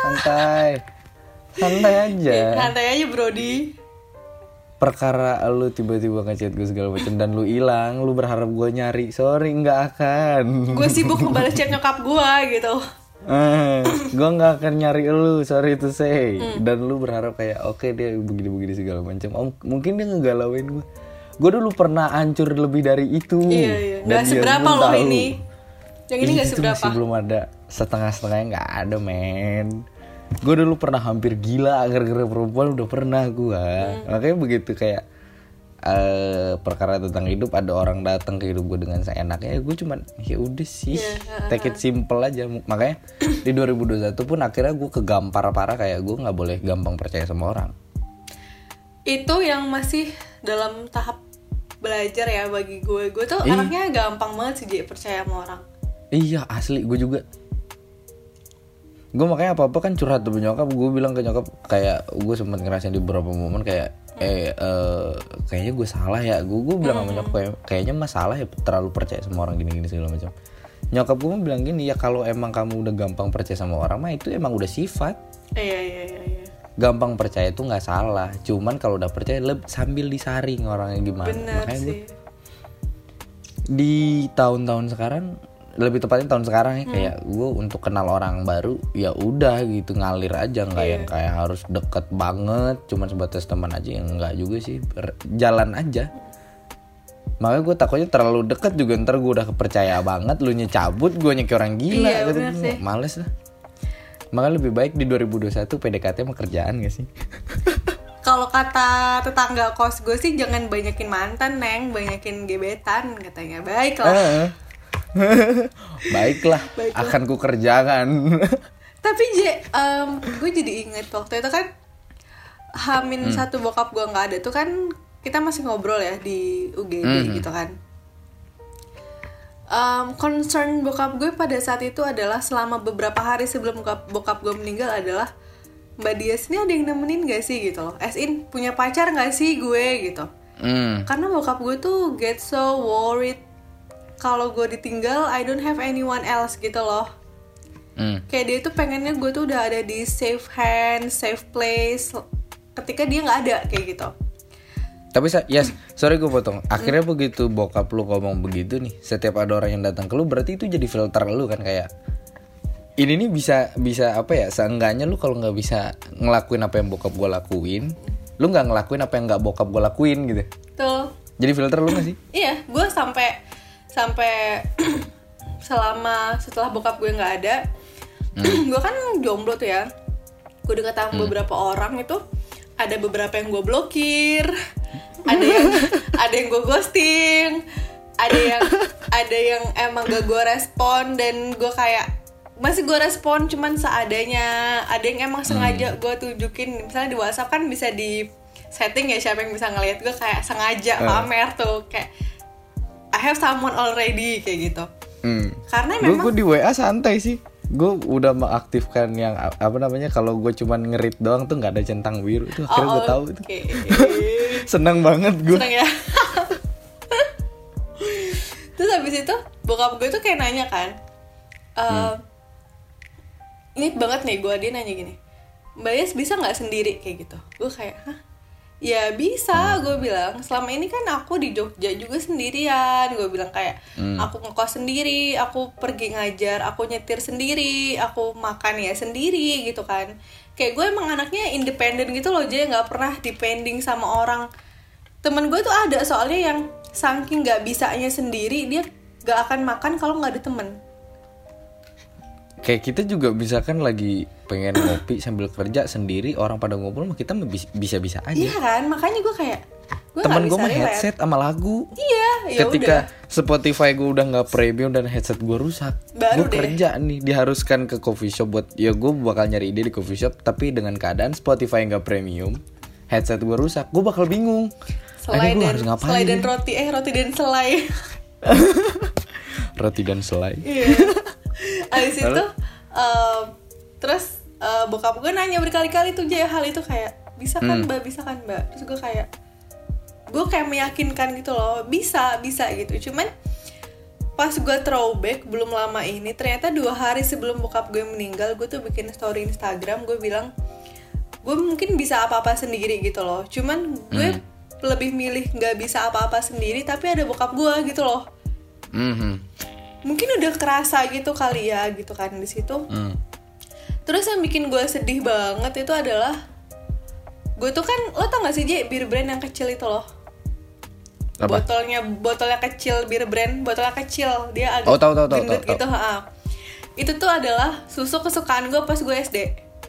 santai aja. Santai aja Brody. Perkara lu tiba-tiba ngechat gue segala macam dan lu hilang, lu berharap gue nyari, sorry nggak akan. Gue sibuk ngebalas chat nyokap gue gitu. Gue nggak akan nyari lu, sorry to say. Dan lu berharap kayak oke, dia begini-begini segala macam. Mungkin dia ngegalauin gue. Gue dulu pernah hancur lebih dari itu. Iya. Nggak seberapa loh ini. Yang ini nggak seberapa. Masih belum ada, setengah-setengahnya nggak ada men. Gue dulu pernah hampir gila gara-gara perempuan, udah pernah gue. Makanya begitu kayak perkara tentang hidup, ada orang datang ke hidup gue dengan seenaknya, gue cuman ya udah sih, take it simple aja. Makanya di 2021 pun akhirnya gue kegampar parah, kayak gue nggak boleh gampang percaya sama orang. Itu yang masih dalam tahap belajar ya bagi gue. Gue tuh anaknya gampang banget sih percaya sama orang. Iya asli, gue juga. Gue makanya apa-apa kan curhat tuh nyokap. Gue bilang ke nyokap kayak gue sempat ngerasain di beberapa momen kayak kayaknya gue salah ya. Gue bilang sama nyokap kayaknya masalah ya terlalu percaya sama orang gini-gini segala macam. Nyokap gue bilang gini, ya kalau emang kamu udah gampang percaya sama orang mah itu emang udah sifat. Iya. Gampang percaya itu nggak salah. Cuman kalau udah percaya sambil disaring orangnya gimana. Bener makanya sih. Di tahun-tahun sekarang, lebih tepatnya tahun sekarang ya, kayak gue untuk kenal orang baru ya udah gitu, ngalir aja, nggak yang kayak harus deket banget, cuman sebatas teman aja, yang enggak juga sih, jalan aja. Makanya gue takutnya terlalu deket juga ntar gue udah kepercaya banget, lu cabut, gue kayak orang gila gitu, males lah. Makanya lebih baik di 2021 PDKT sama kerjaan gak sih? Kalau kata tetangga kos gue sih jangan banyakin mantan, Neng, banyakin gebetan katanya. Baiklah. Baiklah, akan ku kerjakan. Tapi gue jadi inget waktu itu kan H-1 bokap gue nggak ada tuh kan, kita masih ngobrol ya di UGD gitu kan. Concern bokap gue pada saat itu adalah selama beberapa hari sebelum bokap gue meninggal adalah, Mbak Dias ini ada yang nemenin gak sih gitu loh, as in punya pacar gak sih gue gitu. Karena bokap gue tuh get so worried kalau gue ditinggal, I don't have anyone else gitu loh. Kayak dia tuh pengennya gue tuh udah ada di safe hand, safe place ketika dia gak ada kayak gitu. Tapi sorry gue potong. Akhirnya begitu bokap lu ngomong begitu nih, setiap ada orang yang datang ke lu, berarti itu jadi filter lu kan, kayak ini nih bisa apa ya? Seenggaknya lu kalau nggak bisa ngelakuin apa yang bokap gue lakuin, lu nggak ngelakuin apa yang nggak bokap gue lakuin gitu. Tuh. Jadi filter lu nggak sih? Iya, gue sampai setelah bokap gue nggak ada, gue kan jomblo tuh ya. Gue deket sama beberapa orang itu, ada beberapa yang gue blokir, ada yang gue ghosting, ada yang emang gak gue respon dan gue kayak masih gue respon cuman seadanya. Ada yang emang sengaja gue tunjukin, misalnya di WhatsApp kan bisa di setting ya siapa yang bisa ngeliat, gue kayak sengaja pamer tuh kayak I have someone already kayak gitu. Karena memang gue di WA santai sih. Gue udah mengaktifkan yang apa namanya, kalau gue cuman ngerit doang tuh nggak ada centang biru itu. Akhirnya gue tahu itu. Senang banget gue. Senang ya. Terus habis itu bokap gue tuh kayak nanya kan, ini banget nih gue, dia nanya gini, Mbak Yas bisa nggak sendiri kayak gitu. Gue kayak hah? Ya bisa, gue bilang selama ini kan aku di Jogja juga sendirian. Gue bilang kayak aku ngekos sendiri, aku pergi ngajar, aku nyetir sendiri, aku makan ya sendiri gitu kan. Kayak gue emang anaknya independen gitu loh, jadi nggak pernah depending sama orang. Temen gue tuh ada soalnya yang saking nggak bisanya sendiri, dia nggak akan makan kalau nggak ada temen. Kayak kita juga misalkan lagi pengen ngopi sambil kerja sendiri, orang pada ngobrol, kita bisa-bisa aja. Iya kan, makanya gue kayak temen gue mah headset sama lagu. Iya, ya ketika udah. Spotify gue udah nggak premium dan headset gue rusak, gue kerja nih diharuskan ke coffee shop buat, ya gue bakal nyari ide di coffee shop, tapi dengan keadaan Spotify nggak premium, headset gue rusak, gue bakal bingung. Selai dan roti dan selai. Roti dan selai. Iya. Abis itu terus bokap gue nanya berkali-kali tuh hal itu kayak bisa kan mbak, bisa kan mbak. Terus gue kayak meyakinkan gitu loh, bisa gitu. Cuman pas gue throwback belum lama ini, ternyata 2 hari sebelum bokap gue meninggal, gue tuh bikin story Instagram, gue bilang gue mungkin bisa apa-apa sendiri gitu loh. Cuman gue lebih milih nggak bisa apa-apa sendiri tapi ada bokap gue gitu loh. Mungkin udah kerasa gitu kali ya gitu kan di situ. Terus yang bikin gue sedih banget itu adalah, gue tuh kan, lo tau gak sih J, bir brand yang kecil itu loh. Apa? Botolnya kecil, bir brand botolnya kecil, dia agak gendut gitu. Itu tuh adalah susu kesukaan gue pas gue SD.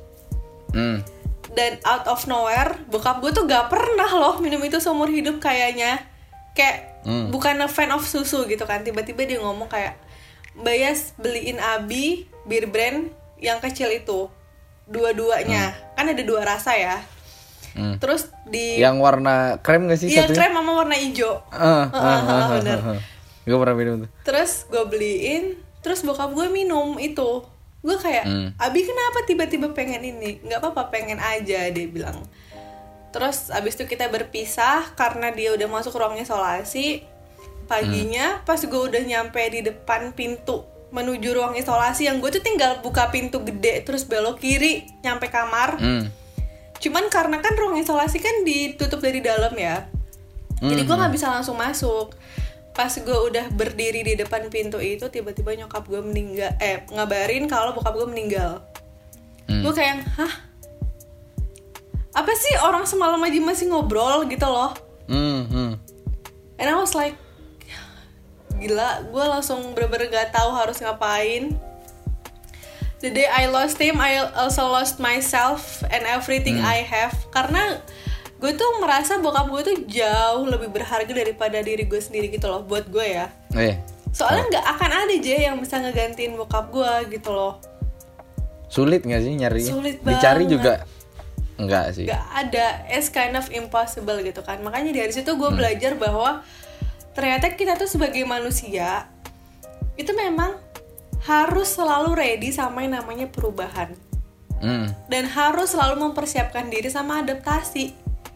Dan out of nowhere bokap gue tuh gak pernah loh minum itu seumur hidup kayaknya. Kayak bukan fan of susu gitu kan, tiba-tiba dia ngomong kayak, Mbak Yas beliin Abi bir brand yang kecil itu, dua-duanya kan ada 2 rasa ya. Terus yang warna krem gak sih? Iya, krem sama warna hijau. Bener. Gue pernah minum tuh. Terus gue beliin, terus bokap gue minum itu. Gue kayak, Abi kenapa tiba-tiba pengen ini? Gak apa-apa, pengen aja, dia bilang. Terus abis itu kita berpisah karena dia udah masuk ruang isolasi. Paginya pas gue udah nyampe di depan pintu menuju ruang isolasi, yang gue tuh tinggal buka pintu gede terus belok kiri nyampe kamar. Cuman karena kan ruang isolasi kan ditutup dari dalam ya, jadi gue gak bisa langsung masuk. Pas gue udah berdiri di depan pintu itu, tiba-tiba nyokap gue meninggal, ngabarin kalau bokap gue meninggal. Gue kayak, hah? Apa sih, orang semalam aja masih ngobrol gitu loh. And I was like, gila, gue langsung bener-bener gak tahu harus ngapain. The day I lost him, I also lost myself and everything I have. Karena gue tuh merasa bokap gue tuh jauh lebih berharga daripada diri gue sendiri gitu loh, buat gue ya. Soalnya gak akan ada aja yang bisa ngegantiin bokap gue gitu loh. Sulit gak sih nyarinya? Sulit banget. Dicari juga enggak sih. Gak ada, it's kind of impossible gitu kan. Makanya dari situ gue belajar bahwa ternyata kita tuh sebagai manusia itu memang harus selalu ready sama yang namanya perubahan. Dan harus selalu mempersiapkan diri sama adaptasi.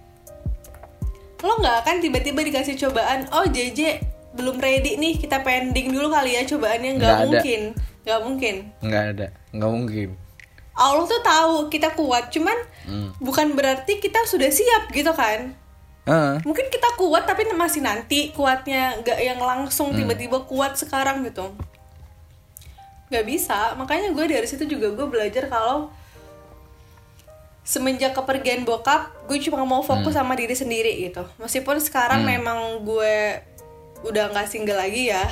Lo gak akan tiba-tiba dikasih cobaan, oh JJ belum ready nih, kita pending dulu kali ya cobaannya. Gak mungkin. Gak mungkin. Allah tuh tahu kita kuat, cuman bukan berarti kita sudah siap gitu kan. Mungkin kita kuat tapi masih nanti kuatnya, gak yang langsung tiba-tiba kuat sekarang gitu. Gak bisa. Makanya gue dari situ juga gue belajar kalau semenjak kepergian bokap, gue cuma mau fokus sama diri sendiri gitu. Meskipun sekarang memang gue udah gak single lagi ya.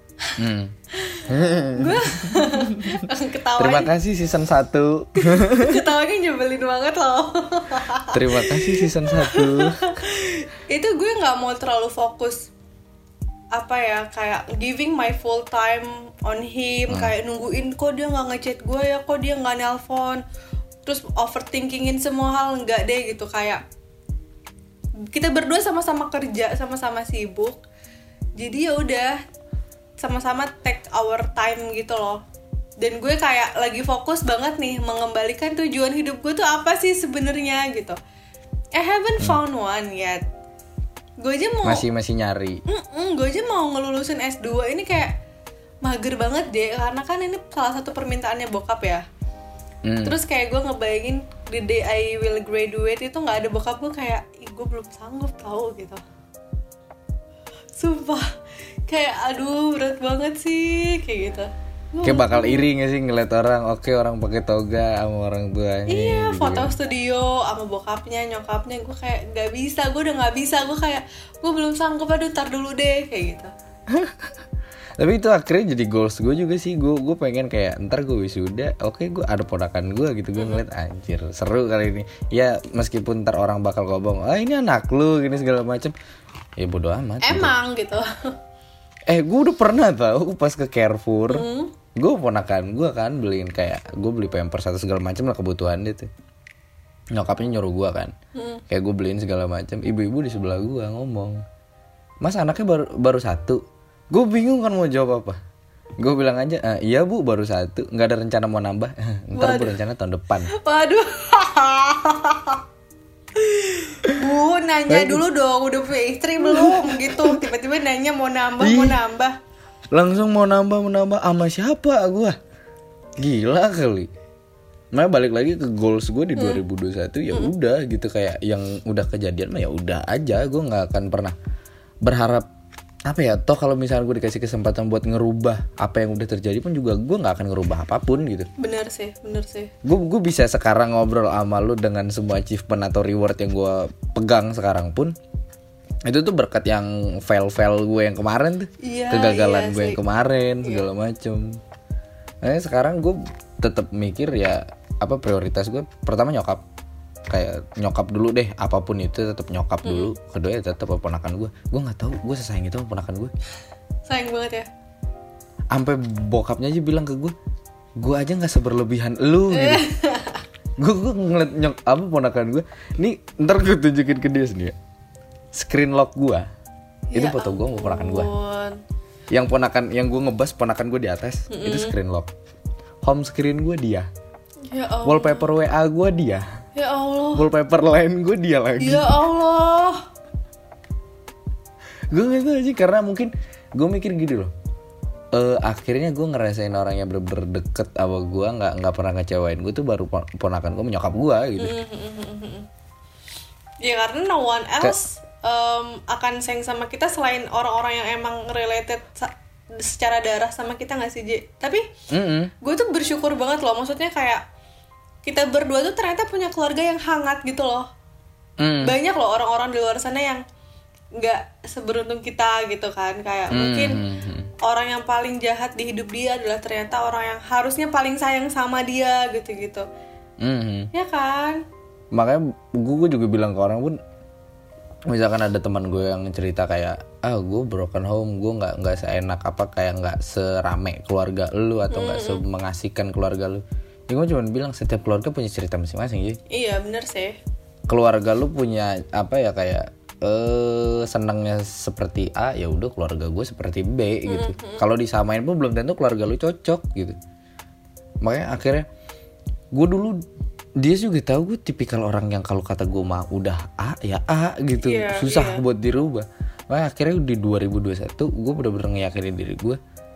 Gue ketawanya, terima kasih season 1. Ketawanya nyebelin banget loh. Terima kasih season 1. Itu gue gak mau terlalu fokus kayak giving my full time on him, kayak nungguin kok dia gak ngechat gue ya, kok dia gak nelpon, terus overthinkingin semua hal. Enggak deh gitu. Kayak kita berdua sama-sama kerja, sama-sama sibuk, jadi ya udah sama-sama take our time gitu loh. Dan gue kayak lagi fokus banget nih mengembalikan tujuan hidup gue tuh apa sih sebenarnya gitu. I haven't found one yet. Gue aja mau masih nyari. Gue aja mau ngelulusin S2 ini kayak mager banget deh, karena kan ini salah satu permintaannya bokap ya. Terus kayak gue ngebayangin the day I will graduate itu nggak ada bokap, gue kayak gue belum sanggup tahu gitu. Sumpah kayak aduh berat banget sih kayak gitu. Kayak bakal iri gak sih ngeliat orang orang pakai toga sama orang tuanya. Iya, gitu foto kan. studio sama bokapnya, nyokapnya. Gue kayak gak bisa, gue udah gak bisa. Gue kayak gue belum sanggup, aduh tar dulu deh kayak gitu. Tapi itu akhirnya jadi goals gue juga sih. Gue pengen kayak ntar gue wisuda, gue ada ponakan gue gitu. Gue ngeliat anjir seru kali ini. Ya meskipun ntar orang bakal ngomong ini anak lu gini segala macem, ya bodo amat. Emang gitu. Gue udah pernah tau pas ke Carrefour. Gue ponakan gue kan beliin kayak gue beli pampers atau segala macem lah kebutuhan dia tuh. Nyokapnya nyuruh gue kan, kayak gue beliin segala macem. Ibu-ibu di sebelah gue ngomong, mas anaknya baru 1. Gue bingung kan mau jawab apa. Gue bilang aja, iya bu baru 1, nggak ada rencana mau nambah. Ntar gue rencana tahun depan. Waduh. Bu nanya dulu dong, udah punya istri belum gitu. Tiba-tiba nanya mau nambah. Langsung mau nambah sama siapa gue? Gila kali. Nah balik lagi ke goals gue di 2021 ya udah gitu, kayak yang udah kejadian mah ya udah aja. Gue nggak akan pernah berharap toh kalau misalnya gue dikasih kesempatan buat ngerubah apa yang udah terjadi pun juga gue nggak akan ngerubah apapun gitu. Bener sih. Gue bisa sekarang ngobrol sama lu dengan semua achievement atau reward yang gue pegang sekarang pun itu tuh berkat yang fail gue yang kemarin tuh, kegagalan gue yang kemarin segala macem. Nah sekarang gue tetap mikir ya prioritas gue pertama nyokap. Kayak nyokap dulu deh, apapun itu tetap nyokap dulu. Kedua ya tetap ponakan gue. Gue nggak tahu gue sesayang itu sama ponakan gue. Sayang banget ya. Sampai bokapnya aja bilang ke gue aja nggak seberlebihan lu gitu. Gue ngeliat ponakan gue. Nih ntar gue tunjukin ke dia sendiri. Screen lock gue itu foto gue sama ponakan gue. Yang gue ngebahas ponakan gue di atas itu screen lock. Home screen gue dia. Ya Allah. Wallpaper WA gue dia. Ya Allah. Wallpaper lain gue dia lagi. Ya Allah. Gue gak tahu sih, karena mungkin gue mikir gini loh. Akhirnya gue ngerasain orang yang bener-bener deket sama gue, nggak pernah ngecewain gue tuh baru ponakan gue menyokap gue gitu. Ya karena no one else akan sayang sama kita selain orang-orang yang emang related secara darah sama kita, nggak sih J? Tapi gue tuh bersyukur banget loh, maksudnya kayak kita berdua tuh ternyata punya keluarga yang hangat gitu loh. Banyak loh orang-orang di luar sana yang nggak seberuntung kita gitu kan. Kayak mungkin orang yang paling jahat di hidup dia adalah ternyata orang yang harusnya paling sayang sama dia gitu-gitu. Ya kan? Makanya gue juga bilang ke orang pun, misalkan ada teman gue yang cerita kayak gue broken home, gue nggak seenak kayak nggak serame keluarga lu atau nggak semengasihkan keluarga lu. Ya gue cuma bilang setiap keluarga punya cerita masing-masing ya. Iya benar sih. Keluarga lu punya kayak senangnya seperti A, ya udah keluarga gue seperti B gitu. Kalau disamain pun belum tentu keluarga lu cocok gitu. Makanya akhirnya gue dulu, dia juga tahu gue tipikal orang yang kalau kata gue mah udah A ya A gitu, susah buat dirubah. Makanya akhirnya di 2021 gue bener-bener ngeyakinin diri gue,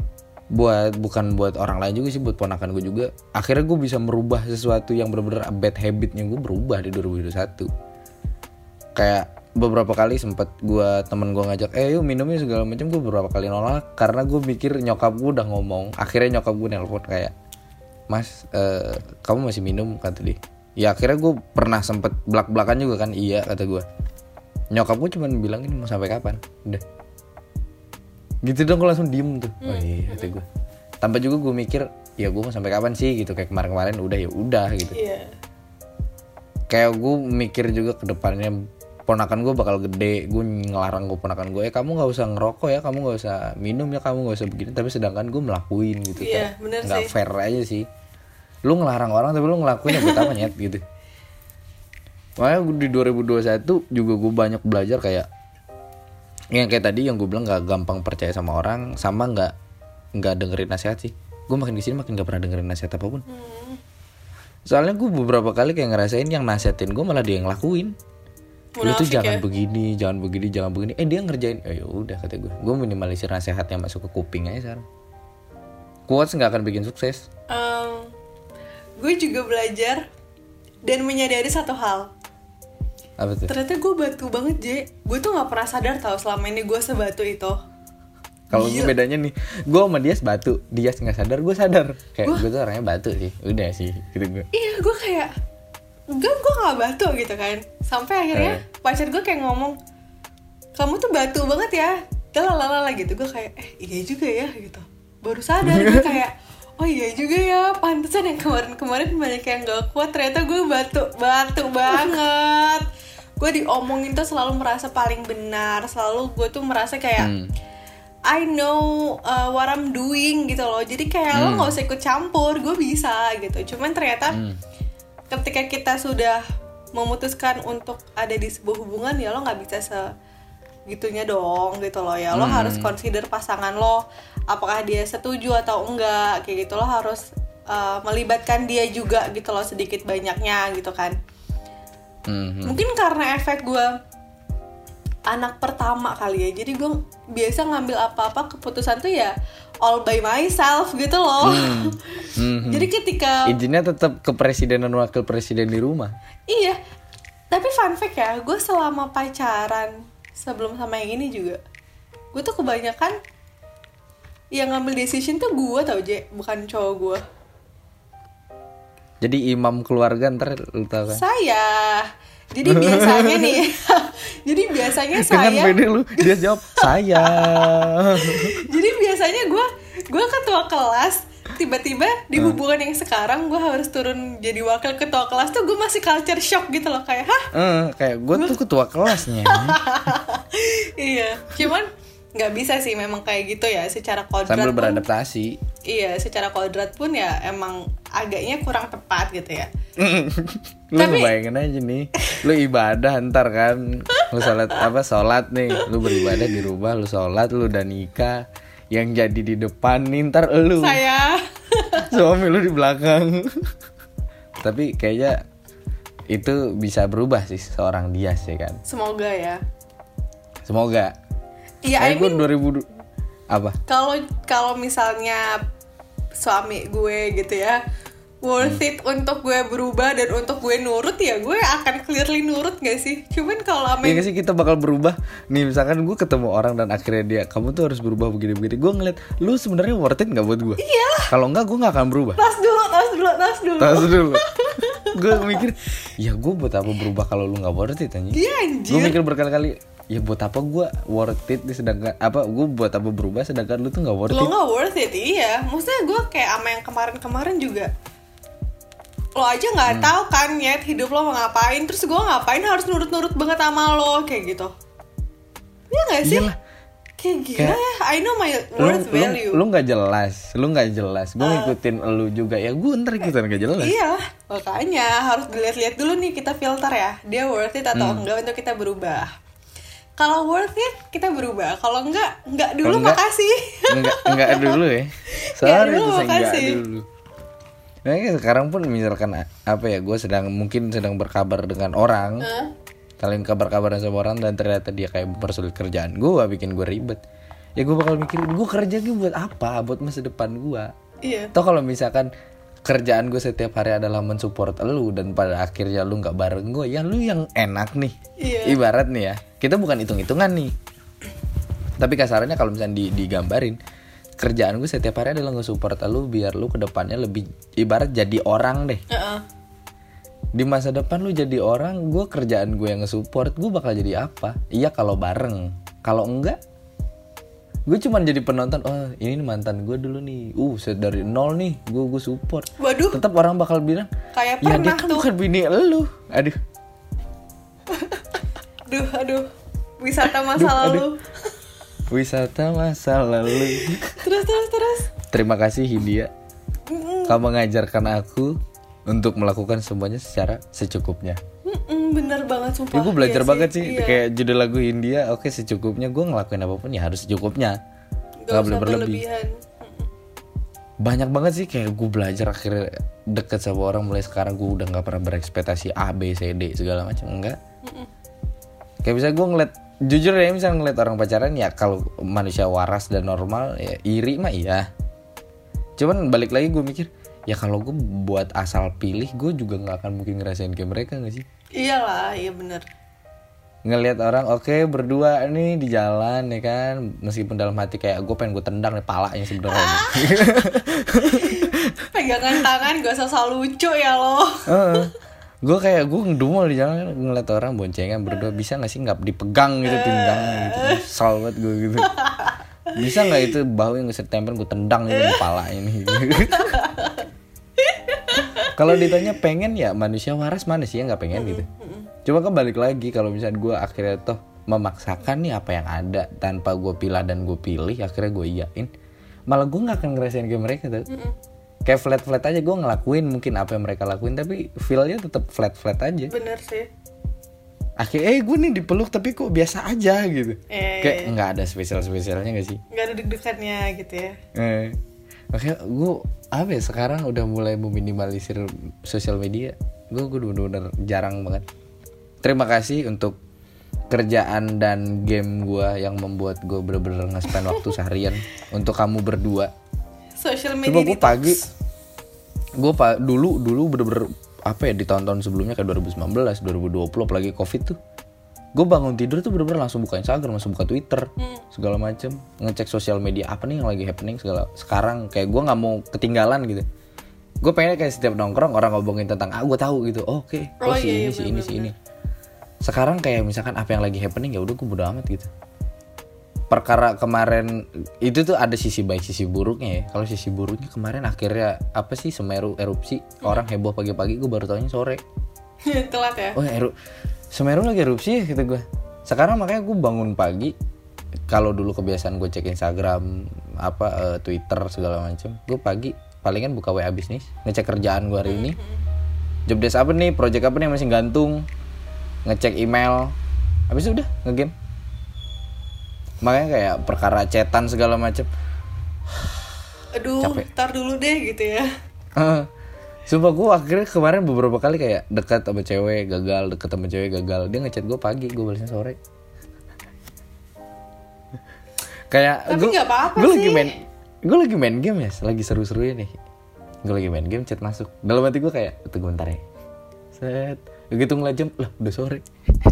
bukan buat orang lain juga sih, buat ponakan gue juga. Akhirnya gue bisa merubah sesuatu yang bener-bener bad habitnya gue berubah di 2021. Kayak beberapa kali sempet temen gue ngajak yuk minumnya segala macam, gue beberapa kali nolak karena gue mikir nyokap gue udah ngomong. Akhirnya nyokap gue nelpon kayak, Mas kamu masih minum, kata dia. Ya akhirnya gue pernah sempet belak-belakan juga kan, iya kata gue. Nyokap gue cuma bilang ini mau sampai kapan, udah gitu dong. Gue langsung diem tuh. Oh iya kata gue. Tanpa juga gue mikir ya gue mau sampai kapan sih gitu, kayak kemarin-kemarin udah ya udah gitu. Kayak gue mikir juga ke depannya ponakan gue bakal gede, gue ngelarang gue ponakan gue kamu nggak usah ngerokok ya, kamu nggak usah minum ya, kamu nggak usah begini, tapi sedangkan gue melakuin gitu. Nggak fair aja sih, lu ngelarang orang tapi lu ngelakuin ya buat apa nyet gitu. Makanya di 2021 juga gue banyak belajar kayak yang kayak tadi yang gue bilang, nggak gampang percaya sama orang, sama nggak dengerin nasihat sih. Gue makin di sini makin nggak pernah dengerin nasihat apapun. Soalnya gue beberapa kali kayak ngerasain yang nasihatin gue malah dia yang ngelakuin. Lu tuh jangan begini, jangan begini, jangan begini. Dia ngerjain. Ya udah kata gue. Gue minimalisir nasihat yang masuk ke kuping aja sekarang. Quotes nggak akan bikin sukses. Gue juga belajar dan menyadari satu hal. Apa tuh? Ternyata gue batu banget, J. Gue tuh nggak pernah sadar tau selama ini gue sebatu itu. Kalau gue bedanya nih, gue sama dia sebatu, dia nggak sadar, gue sadar. Kayak gue tuh orangnya batu sih, udah sih, gitu gue. Iya, gue kayak gue nggak batu gitu kan. Sampai akhirnya pacar gue kayak ngomong, kamu tuh batu banget ya, lalala gitu. Gue kayak iya juga ya gitu. Baru sadar gue kayak oh iya juga ya, pantesan yang kemarin banyak yang gak kuat. Ternyata gue batu banget. Gue diomongin tuh selalu merasa paling benar, selalu gue tuh merasa kayak I know what I'm doing gitu loh. Jadi kayak lo gak usah ikut campur, gue bisa gitu. Cuman ternyata ketika kita sudah memutuskan untuk ada di sebuah hubungan, ya lo gak bisa segitunya dong gitu loh ya. Lo harus consider pasangan lo, apakah dia setuju atau enggak, kayak gitu. Lo harus melibatkan dia juga gitu loh, sedikit banyaknya gitu kan. Mungkin karena efek gue anak pertama kali ya, jadi gue biasa ngambil apa-apa keputusan tuh ya all by myself gitu loh. Jadi ketika izinnya tetap ke presiden dan wakil presiden di rumah. Iya, tapi fun fact ya, gue selama pacaran sebelum sama yang ini juga, gue tuh kebanyakan yang ngambil decision tuh gue tau J, bukan cowok gue. Jadi imam keluarga ntar lu tau kan? Saya. Jadi biasanya nih, jadi biasanya saya. Dengan pede lu, dia jawab saya. Jadi biasanya gue ketua kelas, tiba-tiba di hubungan yang sekarang gue harus turun jadi wakil ketua kelas tuh gue masih culture shock gitu loh, kayak kayak gue tuh ketua kelasnya. Iya, cuman nggak bisa sih memang kayak gitu ya, secara kodrat sambil pun, beradaptasi. Iya, secara kodrat pun ya emang agaknya kurang tepat gitu ya. Lu ngebayangin aja nih, lu ibadah ntar kan, lu sholat nih, lu beribadah di rumah, lu sholat, lu udah nikah, yang jadi di depan nih ntar lu, saya suami lu di belakang. Tapi kayaknya itu bisa berubah sih seorang Dias ya kan. Semoga ya. Semoga. Iya, I mean, 2000 apa? Kalau misalnya suami gue gitu ya worth it untuk gue berubah dan untuk gue nurut, ya gue akan clearly nurut gak sih? Cuman kalau iya gak sih, kita bakal berubah. Nih misalkan gue ketemu orang dan akhirnya dia, kamu tuh harus berubah begini-begini. Gue ngeliat, lu sebenarnya worth it gak buat gue? Iya. Kalau enggak, gue gak akan berubah. Tas dulu. Gue mikir, ya gue buat apa berubah kalau lu gak worth it anjing? Iya anjir. Gue mikir berkali-kali, ya buat apa gue worth it sedangkan apa, gue buat apa berubah sedangkan lu tuh gak worth it? Lu gak worth it, iya. Maksudnya gue kayak sama yang kemarin juga, lo aja nggak tahu kan ya hidup lo mau ngapain, terus gue ngapain harus nurut banget sama lo kayak gitu. Iya nggak sih? Iyalah. Kayak gila ya, I know my worth value. Lu nggak jelas. Gue ngikutin lu juga, ya gue ntar ikutan nggak jelas. Iya, makanya harus dilihat-lihat dulu nih, kita filter ya, dia worth it atau enggak untuk kita berubah. Kalau worth it kita berubah. Kalau enggak dulu Kalau enggak, makasih. enggak dulu ya. Sorry dulu, itu saya enggak makasih. dulu. Nah, sekarang pun misalkan apa ya, gue mungkin sedang berkabar dengan orang, kalian kabar-kabaran sama orang dan ternyata dia kayak mempersulit kerjaan gue, bikin gue ribet. Ya gue bakal mikirin, gue kerja gue buat apa? Buat masa depan gue. Iya. Toh kalau misalkan kerjaan gue setiap hari adalah mensupport lu dan pada akhirnya lu nggak bareng gue, ya lu yang enak nih. Iya. Ibarat nih ya, kita bukan hitung-hitungan nih. Tapi kasarnya kalau misalnya digambarin, kerjaan gue setiap hari adalah nge-support lu biar lu kedepannya lebih ibarat jadi orang deh. Di masa depan lu jadi orang, gue kerjaan gue yang nge-support, gue bakal jadi apa? Iya kalau bareng. Kalau enggak, gue cuman jadi penonton. Oh ini mantan gue dulu nih, dari nol nih, gue support. Waduh. Tetap orang bakal bilang, Kayak ya dia pernah kan tuh. bukan bini lu. Aduh. Aduh. Wisata masa lalu. Wisata masa lalu. Terus. Terima kasih Hindia. Kamu mengajarkan aku untuk melakukan semuanya secara secukupnya. Bener banget sumpah. Ya, gue belajar Iya banget sih. Iya. Kayak judul lagu Hindia, oke secukupnya. Gue ngelakuin apapun ya harus secukupnya. Gak boleh usah berlebih. berlebihan. Banyak banget sih kayak gue belajar akhirnya deket sama orang. Mulai sekarang gue udah gak pernah berekspektasi A, B, C, D segala macam. Enggak. Kayak misalnya gue ngeliat, jujur ya, misalnya ngeliat orang pacaran ya, kalau manusia waras dan normal ya iri mah iya. Cuman balik lagi gue mikir, ya kalau gue buat asal pilih, gue juga gak akan mungkin ngerasain kayak mereka gak sih? Iyalah, iya bener. Ngelihat orang oke, berdua nih di jalan ya kan, meskipun dalam hati kayak gue pengen gue tendang nih palanya sebenarnya. Pegangan tangan gak usah lucu ya lo. Gue kayak gue ngedumel di jalan ngeliat orang boncengan berdua, bisa nggak sih nggak dipegang gitu pinggangnya gitu, kesal banget gue gitu. Bisa nggak itu bahu yang nggak ditempel gue tendang gitu di pala ini. Kalau ditanya pengen, ya manusia waras mana sih yang nggak pengen gitu. Coba kan balik lagi, kalau misalnya gue akhirnya toh memaksakan nih apa yang ada tanpa gue pilih dan gue pilih, akhirnya gue iyain, malah gue nggak akan ngerasain kayak mereka tuh. Kayak flat aja gue ngelakuin mungkin apa yang mereka lakuin, tapi feel-nya tetap flat aja. Bener sih. Akhirnya gue nih dipeluk tapi kok biasa aja gitu. Kayak nggak ada spesialnya nggak sih? Nggak ada deg-degannya gitu ya. Makanya gue apa ya, sekarang udah mulai meminimalisir sosial media. Gue bener-bener jarang banget. Terima kasih untuk kerjaan dan game gue yang membuat gue bener-bener nge-spend waktu seharian untuk kamu berdua. Social media Coba gue detox. pagi, dulu bener-bener apa ya, di tahun-tahun sebelumnya kayak 2019, 2020 apalagi covid tuh, gue bangun tidur tuh bener-bener langsung buka Instagram, langsung buka Twitter, segala macem, ngecek sosial media apa nih yang lagi happening segala. Sekarang kayak gue nggak mau ketinggalan gitu. Gue pengen kayak setiap nongkrong orang ngomongin tentang gue tahu gitu. Si ini. Sekarang kayak misalkan apa yang lagi happening, ya udah gue bodo amat gitu. Perkara kemarin itu tuh ada sisi baik sisi buruknya ya. Kalau sisi buruknya kemarin akhirnya apa sih, Semeru erupsi, orang heboh pagi-pagi, gue baru taunya sore. Telat ya. Semeru lagi erupsi ya kata gue. Sekarang makanya gue bangun pagi, kalau dulu kebiasaan gue cek Instagram, Twitter segala macam, gue pagi palingan buka WA bisnis, ngecek kerjaan gue hari ini, job desk apa nih, project apa nih yang masih gantung, ngecek email, habis itu udah ngegame. Makanya kayak perkara chatan segala macem, aduh capek. Ntar dulu deh gitu ya. Sumpah gue akhirnya kemarin beberapa kali kayak dekat sama cewek gagal, dia ngechat gue pagi, gue balasnya sore. Kayak Tapi nggak apa-apa gue sih. lagi main game ya, lagi seru-serunya nih. Gue lagi main game, chat masuk. Dalam hati gue kayak, tunggu bentar ya. Set, begitu ngeliat jam, lah udah sore.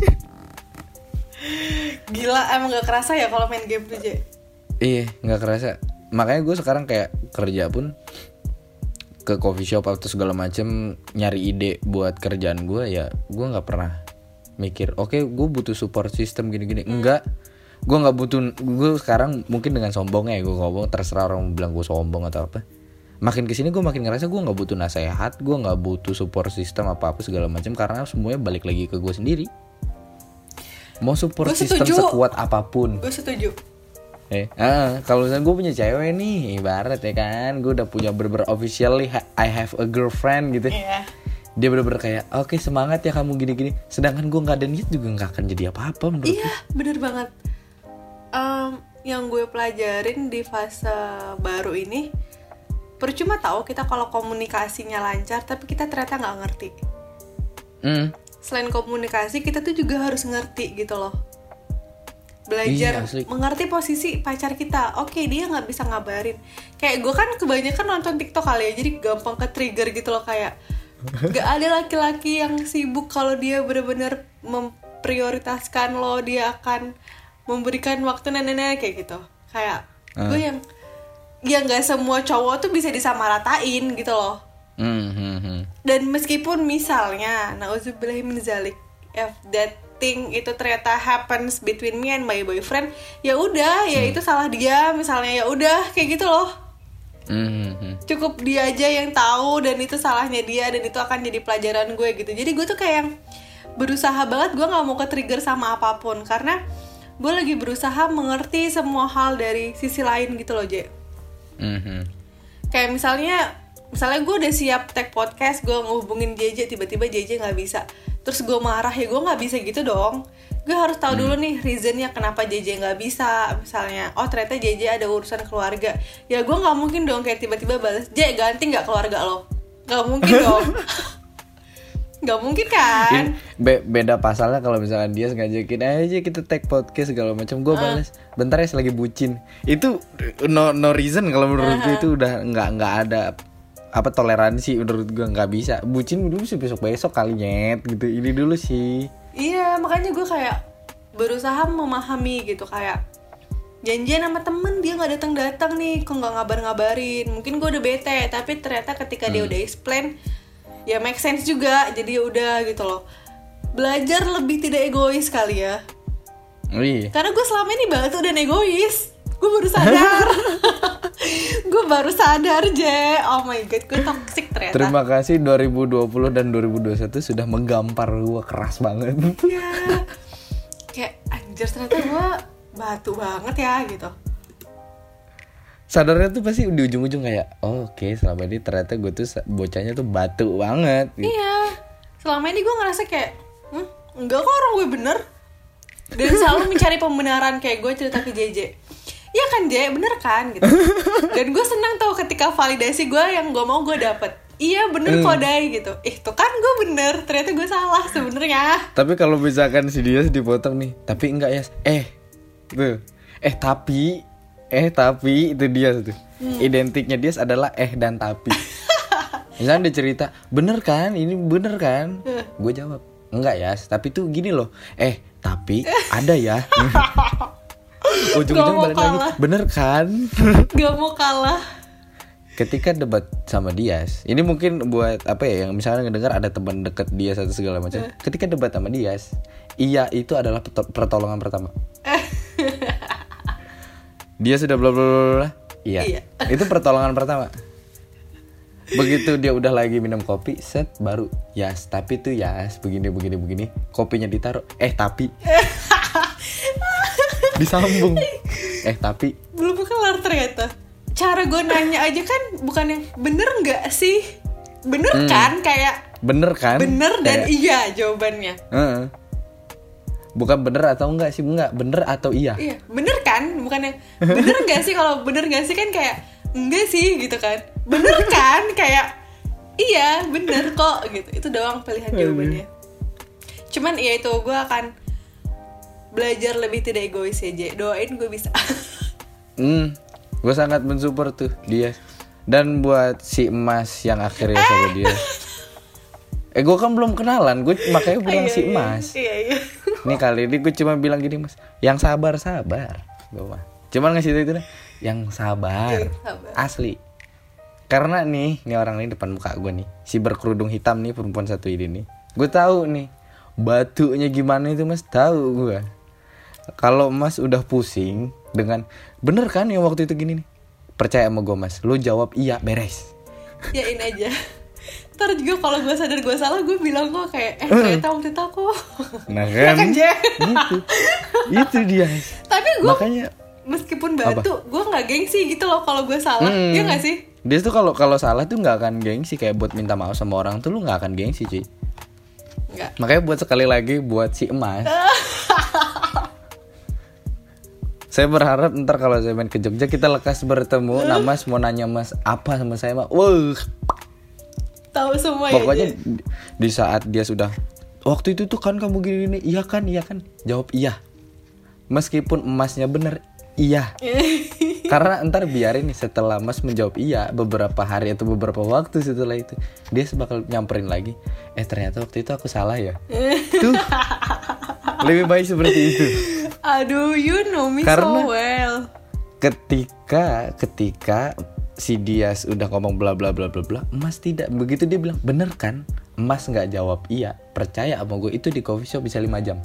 Gila, emang gak kerasa ya kalau main game tuh, Je? Iya, nggak kerasa. Makanya gue sekarang kayak kerja pun ke coffee shop atau segala macem nyari ide buat kerjaan gue, ya gue nggak pernah mikir, oke, gue butuh support system gini-gini. Enggak, gue nggak butuh. Gue sekarang mungkin dengan sombongnya ya gue ngomong, terserah orang bilang gue sombong atau apa. Makin kesini gue makin ngerasa gue nggak butuh nasihat, gue nggak butuh support system apa segala macam, karena semuanya balik lagi ke gue sendiri. Mau support system sekuat apapun. Gue setuju. Kalau misalnya gue punya cewek nih, ibarat ya kan, gue udah punya bener-bener officially I have a girlfriend gitu. Iya. Dia bener-bener kayak oke, semangat ya kamu gini-gini. Sedangkan gue gak ada niat juga gak akan jadi apa-apa menurut gue. Iya bener banget. Yang gue pelajarin di fase baru ini, percuma tahu kita kalau komunikasinya lancar tapi kita ternyata gak ngerti. Selain komunikasi, kita tuh juga harus ngerti gitu loh. Belajar mengerti posisi pacar kita. Oke, dia nggak bisa ngabarin. Kayak gue kan kebanyakan nonton TikTok kali ya, jadi gampang ke trigger gitu loh. Kayak gak ada laki-laki yang sibuk kalau dia benar-benar memprioritaskan lo, dia akan memberikan waktu nenek-nenek kayak gitu. Kayak gue yang ya nggak semua cowok tuh bisa disamaratain gitu loh. Dan meskipun misalnya nauzubillahi min zalik, if that thing itu ternyata happens between me and my boyfriend, ya udah, ya itu salah dia misalnya, ya udah kayak gitu loh. Cukup dia aja yang tahu dan itu salahnya dia, dan itu akan jadi pelajaran gue gitu. Jadi gue tuh kayak yang berusaha banget, gue nggak mau ke trigger sama apapun karena gue lagi berusaha mengerti semua hal dari sisi lain gitu loh, Je. Kayak misalnya gue udah siap tag podcast, gue ngehubungin JJ, tiba-tiba JJ nggak bisa, terus gue marah, ya gue nggak bisa gitu dong. Gue harus tahu dulu nih reasonnya kenapa JJ nggak bisa. Misalnya, oh ternyata JJ ada urusan keluarga, ya gue nggak mungkin dong kayak tiba-tiba balas, J ganti nggak keluarga lo, nggak mungkin dong. Nggak mungkin kan. Beda pasalnya kalau misalkan dia ngajakin aja kita tag podcast segala macam, gue balas bentar ya lagi bucin. Itu no reason kalau menurut gue. Itu udah nggak ada apa toleransi menurut gue. Nggak bisa bucin dulu sih, besok kali nyet gitu, ini dulu sih. Iya, makanya gue kayak berusaha memahami gitu, kayak janjian sama temen dia nggak datang nih, kok nggak ngabarin. Mungkin gue udah bete, tapi ternyata ketika dia udah explain, ya make sense juga, jadi udah gitu loh. Belajar lebih tidak egois kali ya. Karena gue selama ini batu dan egois. Gue baru sadar Je. Oh my god, gue toxic ternyata. Terima kasih 2020 dan 2021 sudah menggampar gue keras banget. Ya, kayak anjir ternyata gue batu banget ya gitu. Sadarnya tuh pasti di ujung-ujung kayak oke, selama ini ternyata gue tuh bocahnya tuh batu banget gitu. Iya, selama ini gue ngerasa kayak enggak kok, orang gue bener. Dan selalu mencari pembenaran, kayak gue cerita ke JJ, iya kan J, bener kan gitu. Dan gue senang tuh ketika validasi gue yang gue mau gue dapet. Iya bener kok Dai gitu. Tuh kan gue bener, ternyata gue salah sebenarnya. Tapi kalau misalkan si dia dipotong nih, tapi enggak ya, tuh, tapi itu dia tuh. Identiknya dia adalah dan tapi. Misalnya dia cerita, bener kan, ini bener kan? Gue jawab, enggak ya, tapi tuh gini loh, tapi ada ya. Ujung-ujung balik lagi, bener kan? Gak mau kalah. Ketika debat sama Dias, ini mungkin buat apa ya, yang misalnya ngedengar ada teman deket Dias atau segala macam. Ketika debat sama Dias, iya itu adalah pertolongan pertama. Dia sudah bla bla bla. Iya. Itu pertolongan pertama. Begitu dia udah lagi minum kopi, set baru Yas, tapi tuh Yas begini. Kopinya ditaruh, tapi disambung. Tapi belum kelar ternyata. Cara gue nanya aja kan bukan yang bener nggak sih? Bener kan, kayak bener kan? Bener dan kayak, iya jawabannya. Bukan bener atau enggak sih, enggak, bener atau iya. Iya, bener kan? Bukan yang bener enggak sih, kalau bener enggak sih kan kayak enggak sih gitu kan. Bener kan? Kayak iya, bener kok gitu. Itu doang pilihan jawabannya. Cuman ya itu, gue akan belajar lebih tidak egois ya, J. Doain gue bisa. Gue sangat mensupport tuh dia. Dan buat si Emas yang akhirnya sama dia. Gue kan belum kenalan, gue makanya bilang si Emas. Iya. Nih kali ini gue cuma bilang gini, Mas, yang sabar. Gue mah cuman ngasih itu deh, yang sabar. Asli. Karena nih orang ini depan muka gue nih, si berkerudung hitam nih, perempuan satu ini nih. Gue tahu nih batunya gimana itu, Mas, tahu gue. Kalau Mas udah pusing dengan bener kan yang waktu itu gini nih, percaya sama gue, Mas, lu jawab iya, beres. Yain aja. Ntar juga kalau gue sadar gue salah, gue bilang kok kayak ternyata waktu itu aku. Nah kan, gitu. Itu dia. Tapi gue makanya meskipun batu, gue nggak gengsi gitu loh kalau gue salah. Ya nggak sih? Dia tuh kalau salah tuh nggak akan gengsi, kayak buat minta maaf sama orang tuh lu nggak akan gengsi cuy. Nggak. Makanya buat sekali lagi buat si Emas. Saya berharap ntar kalau saya main ke Jogja kita lekas bertemu. Nah Mas mau nanya Mas apa sama saya mah, wah Tahu semua pokoknya ya. di saat dia sudah waktu itu tuh kan kamu gini, iya kan, jawab iya. Meskipun emasnya bener, iya. Karena ntar biarin nih setelah Mas menjawab iya beberapa hari atau beberapa waktu setelah itu dia bakal nyamperin lagi. Ternyata waktu itu aku salah ya. Tuh lebih baik seperti itu. Aduh, you know me Karena so well. Ketika si Dias udah ngomong bla bla bla bla bla, Mas tidak. Begitu dia bilang bener kan, Mas nggak jawab iya. Percaya sama gue itu di coffee shop bisa 5 jam.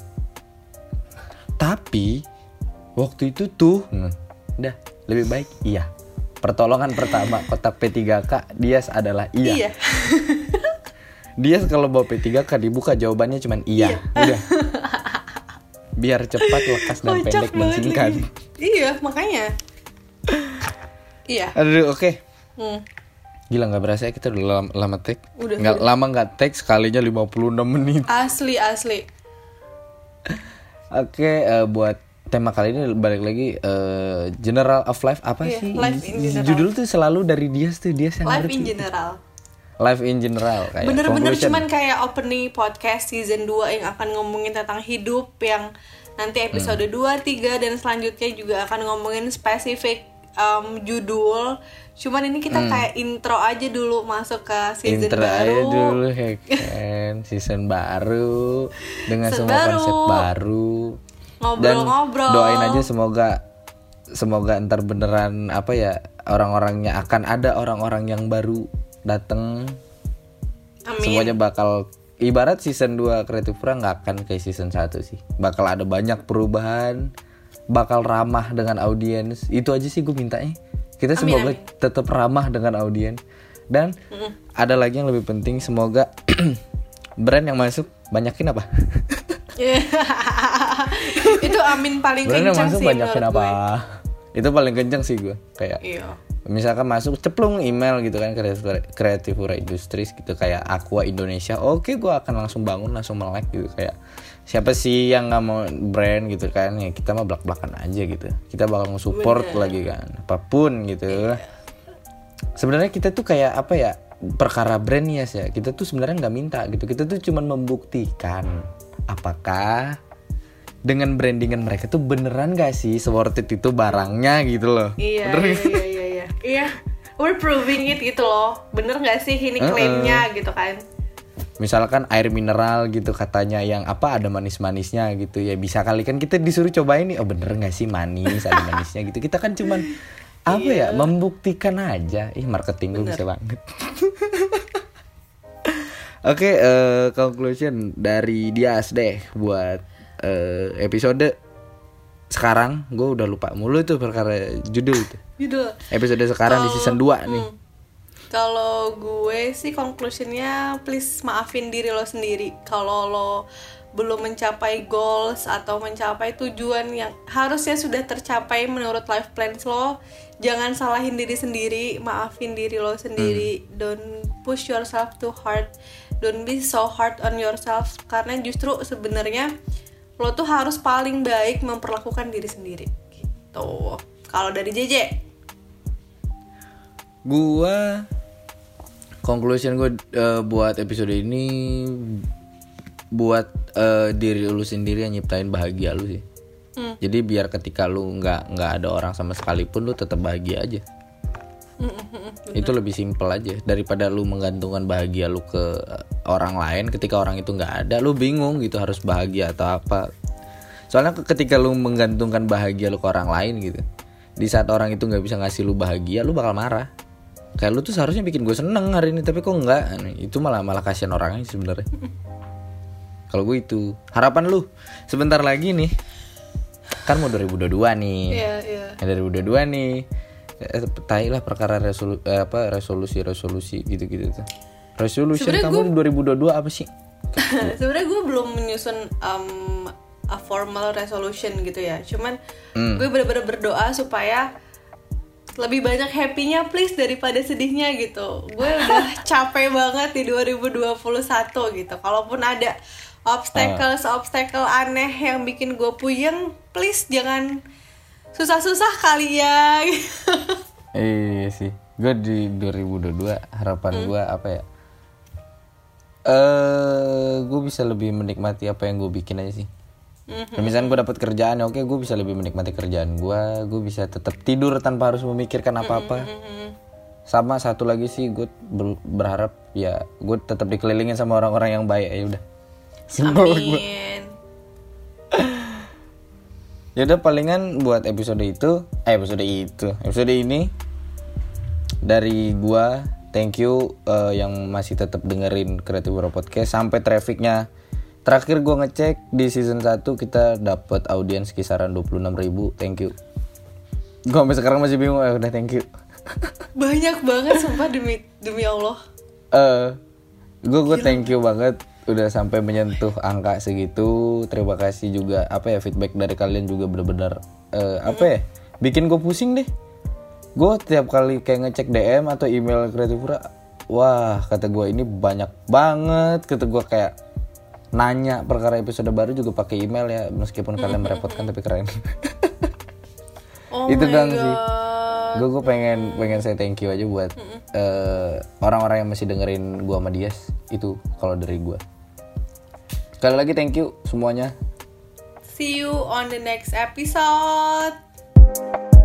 Tapi waktu itu tuh udah lebih baik iya. Pertolongan pertama kotak P3K Dias adalah iya. Dias kalau bawa P3K dibuka jawabannya cuman iya. Udah. Biar cepat, lekas dan pendek dan singkat. Iya, makanya. Iya. Aduh, oke. Gila nggak berasa ya kita udah lama take. Nggak lama nggak take, sekalinya 56 menit. Asli. Oke, buat tema kali ini balik lagi General of Life apa sih? Life in general. Judul tuh selalu dari Dias yang Life ngerti. in general. Life in general kayak Bener-bener conclusion. cuman kayak opening podcast season 2 yang akan ngomongin tentang hidup, yang nanti episode 2, 3 dan selanjutnya juga akan ngomongin spesifik judul. Cuman ini kita kayak intro aja dulu masuk ke season intro baru. aja dulu kan. Season baru dengan Season semua baru. konsep baru. Ngobrol-ngobrol. Dan doain aja semoga ntar beneran apa ya, orang-orangnya akan ada orang-orang yang baru dateng. Amin. Semuanya bakal ibarat season 2 Kreatif Pura nggak akan kayak season 1 sih. Bakal ada banyak perubahan, bakal ramah dengan audiens. Itu aja sih gue mintanya. Kita semoga tetap ramah dengan audiens. Dan ada lagi yang lebih penting, semoga brand yang masuk banyakin apa? Itu amin paling Brand yang kencang masuk sih banyakin menurut apa? gue. Itu paling kencang sih gue. Kayak Iya. misalkan masuk ceplung email gitu kan, Kreatif Pura Industries gitu, kayak Aqua Indonesia, oke gue akan langsung bangun, langsung melek gitu. Kayak siapa sih yang nggak mau brand gitu kan, ya kita mah belak-belakan aja gitu, kita bakal support lagi kan apapun gitu. Sebenarnya kita tuh kayak apa ya, perkara brand ya, kita tuh sebenarnya nggak minta gitu, kita tuh cuman membuktikan apakah dengan brandingan mereka tuh beneran gak sih worth it itu barangnya gitu loh. Iya. Iya, we're proving it gitu loh. Bener gak sih ini klaimnya gitu kan. Misalkan air mineral gitu katanya yang apa ada manis-manisnya gitu, ya bisa kali kan kita disuruh cobain nih, oh bener gak sih manis, ada manisnya gitu. Kita kan cuman apa ya, membuktikan aja. Marketing gue bisa banget. Oke, conclusion dari Dias deh buat episode sekarang. Gue udah lupa mulu tuh perkara judul itu. Episode sekarang di season 2 nih. Kalau gue sih conclusionnya, please maafin diri lo sendiri. Kalau lo belum mencapai goals atau mencapai tujuan yang harusnya sudah tercapai menurut life plans lo, jangan salahin diri sendiri, maafin diri lo sendiri. Don't push yourself too hard, don't be so hard on yourself, karena justru sebenarnya lo tuh harus paling baik memperlakukan diri sendiri gitu. Kalau dari JJ, gua conclusion gue buat episode ini, buat diri lu sendiri yang nyiptain bahagia lu sih. Jadi biar ketika lu nggak ada orang sama sekalipun, lu tetap bahagia aja. Itu lebih simpel aja daripada lu menggantungkan bahagia lu ke orang lain. Ketika orang itu nggak ada, lu bingung gitu harus bahagia atau apa. Soalnya ketika lu menggantungkan bahagia lu ke orang lain gitu, di saat orang itu nggak bisa ngasih lu bahagia, lu bakal marah. Kayak lu tuh seharusnya bikin gue seneng hari ini, tapi kok enggak. Itu malah kasihan orangnya sebenarnya. Kalau gue itu harapan lu sebentar lagi nih, kan mau 2022 nih. Iya. 2022 nih. Tai lah perkara resolusi gitu tuh. Resolution kamu 2022 apa sih? Sebenarnya gue belum menyusun a formal resolution gitu ya. Cuman gue bener-bener berdoa supaya lebih banyak happy-nya please daripada sedihnya gitu. Gue udah capek banget di 2021 gitu. Kalaupun ada obstacle aneh yang bikin gue puyeng, please jangan susah-susah kali ya. Iya sih. Gue di 2022 harapan gue apa ya? Gue bisa lebih menikmati apa yang gue bikin aja sih. Misalnya gue dapat kerjaan, oke, gue bisa lebih menikmati kerjaan gue bisa tetap tidur tanpa harus memikirkan apa-apa. Sama satu lagi sih, gue berharap ya gue tetap dikelilingin sama orang-orang yang baik, ya udah. Amin. Ya udah, palingan buat episode ini dari gue, thank you yang masih tetap dengerin Kreativora Podcast sampai trafficnya. Terakhir gue ngecek di season 1 kita dapat audiens kisaran 26.000. Thank you. Gue sampai sekarang masih bingung. Udah, thank you. Banyak banget sumpah, demi Allah. Gue thank you banget udah sampai menyentuh angka segitu. Terima kasih juga feedback dari kalian juga benar-benar bikin gue pusing deh. Gue tiap kali kayak ngecek DM atau email Kreativora, wah kata gue ini banyak banget. Kata gue kayak nanya perkara episode baru juga pakai email ya, meskipun kalian merepotkan tapi keren. Itu dong sih. Gue pengen say thank you aja buat orang-orang yang masih dengerin gue sama Dias. Itu kalau dari gue. Sekali lagi thank you semuanya. See you on the next episode.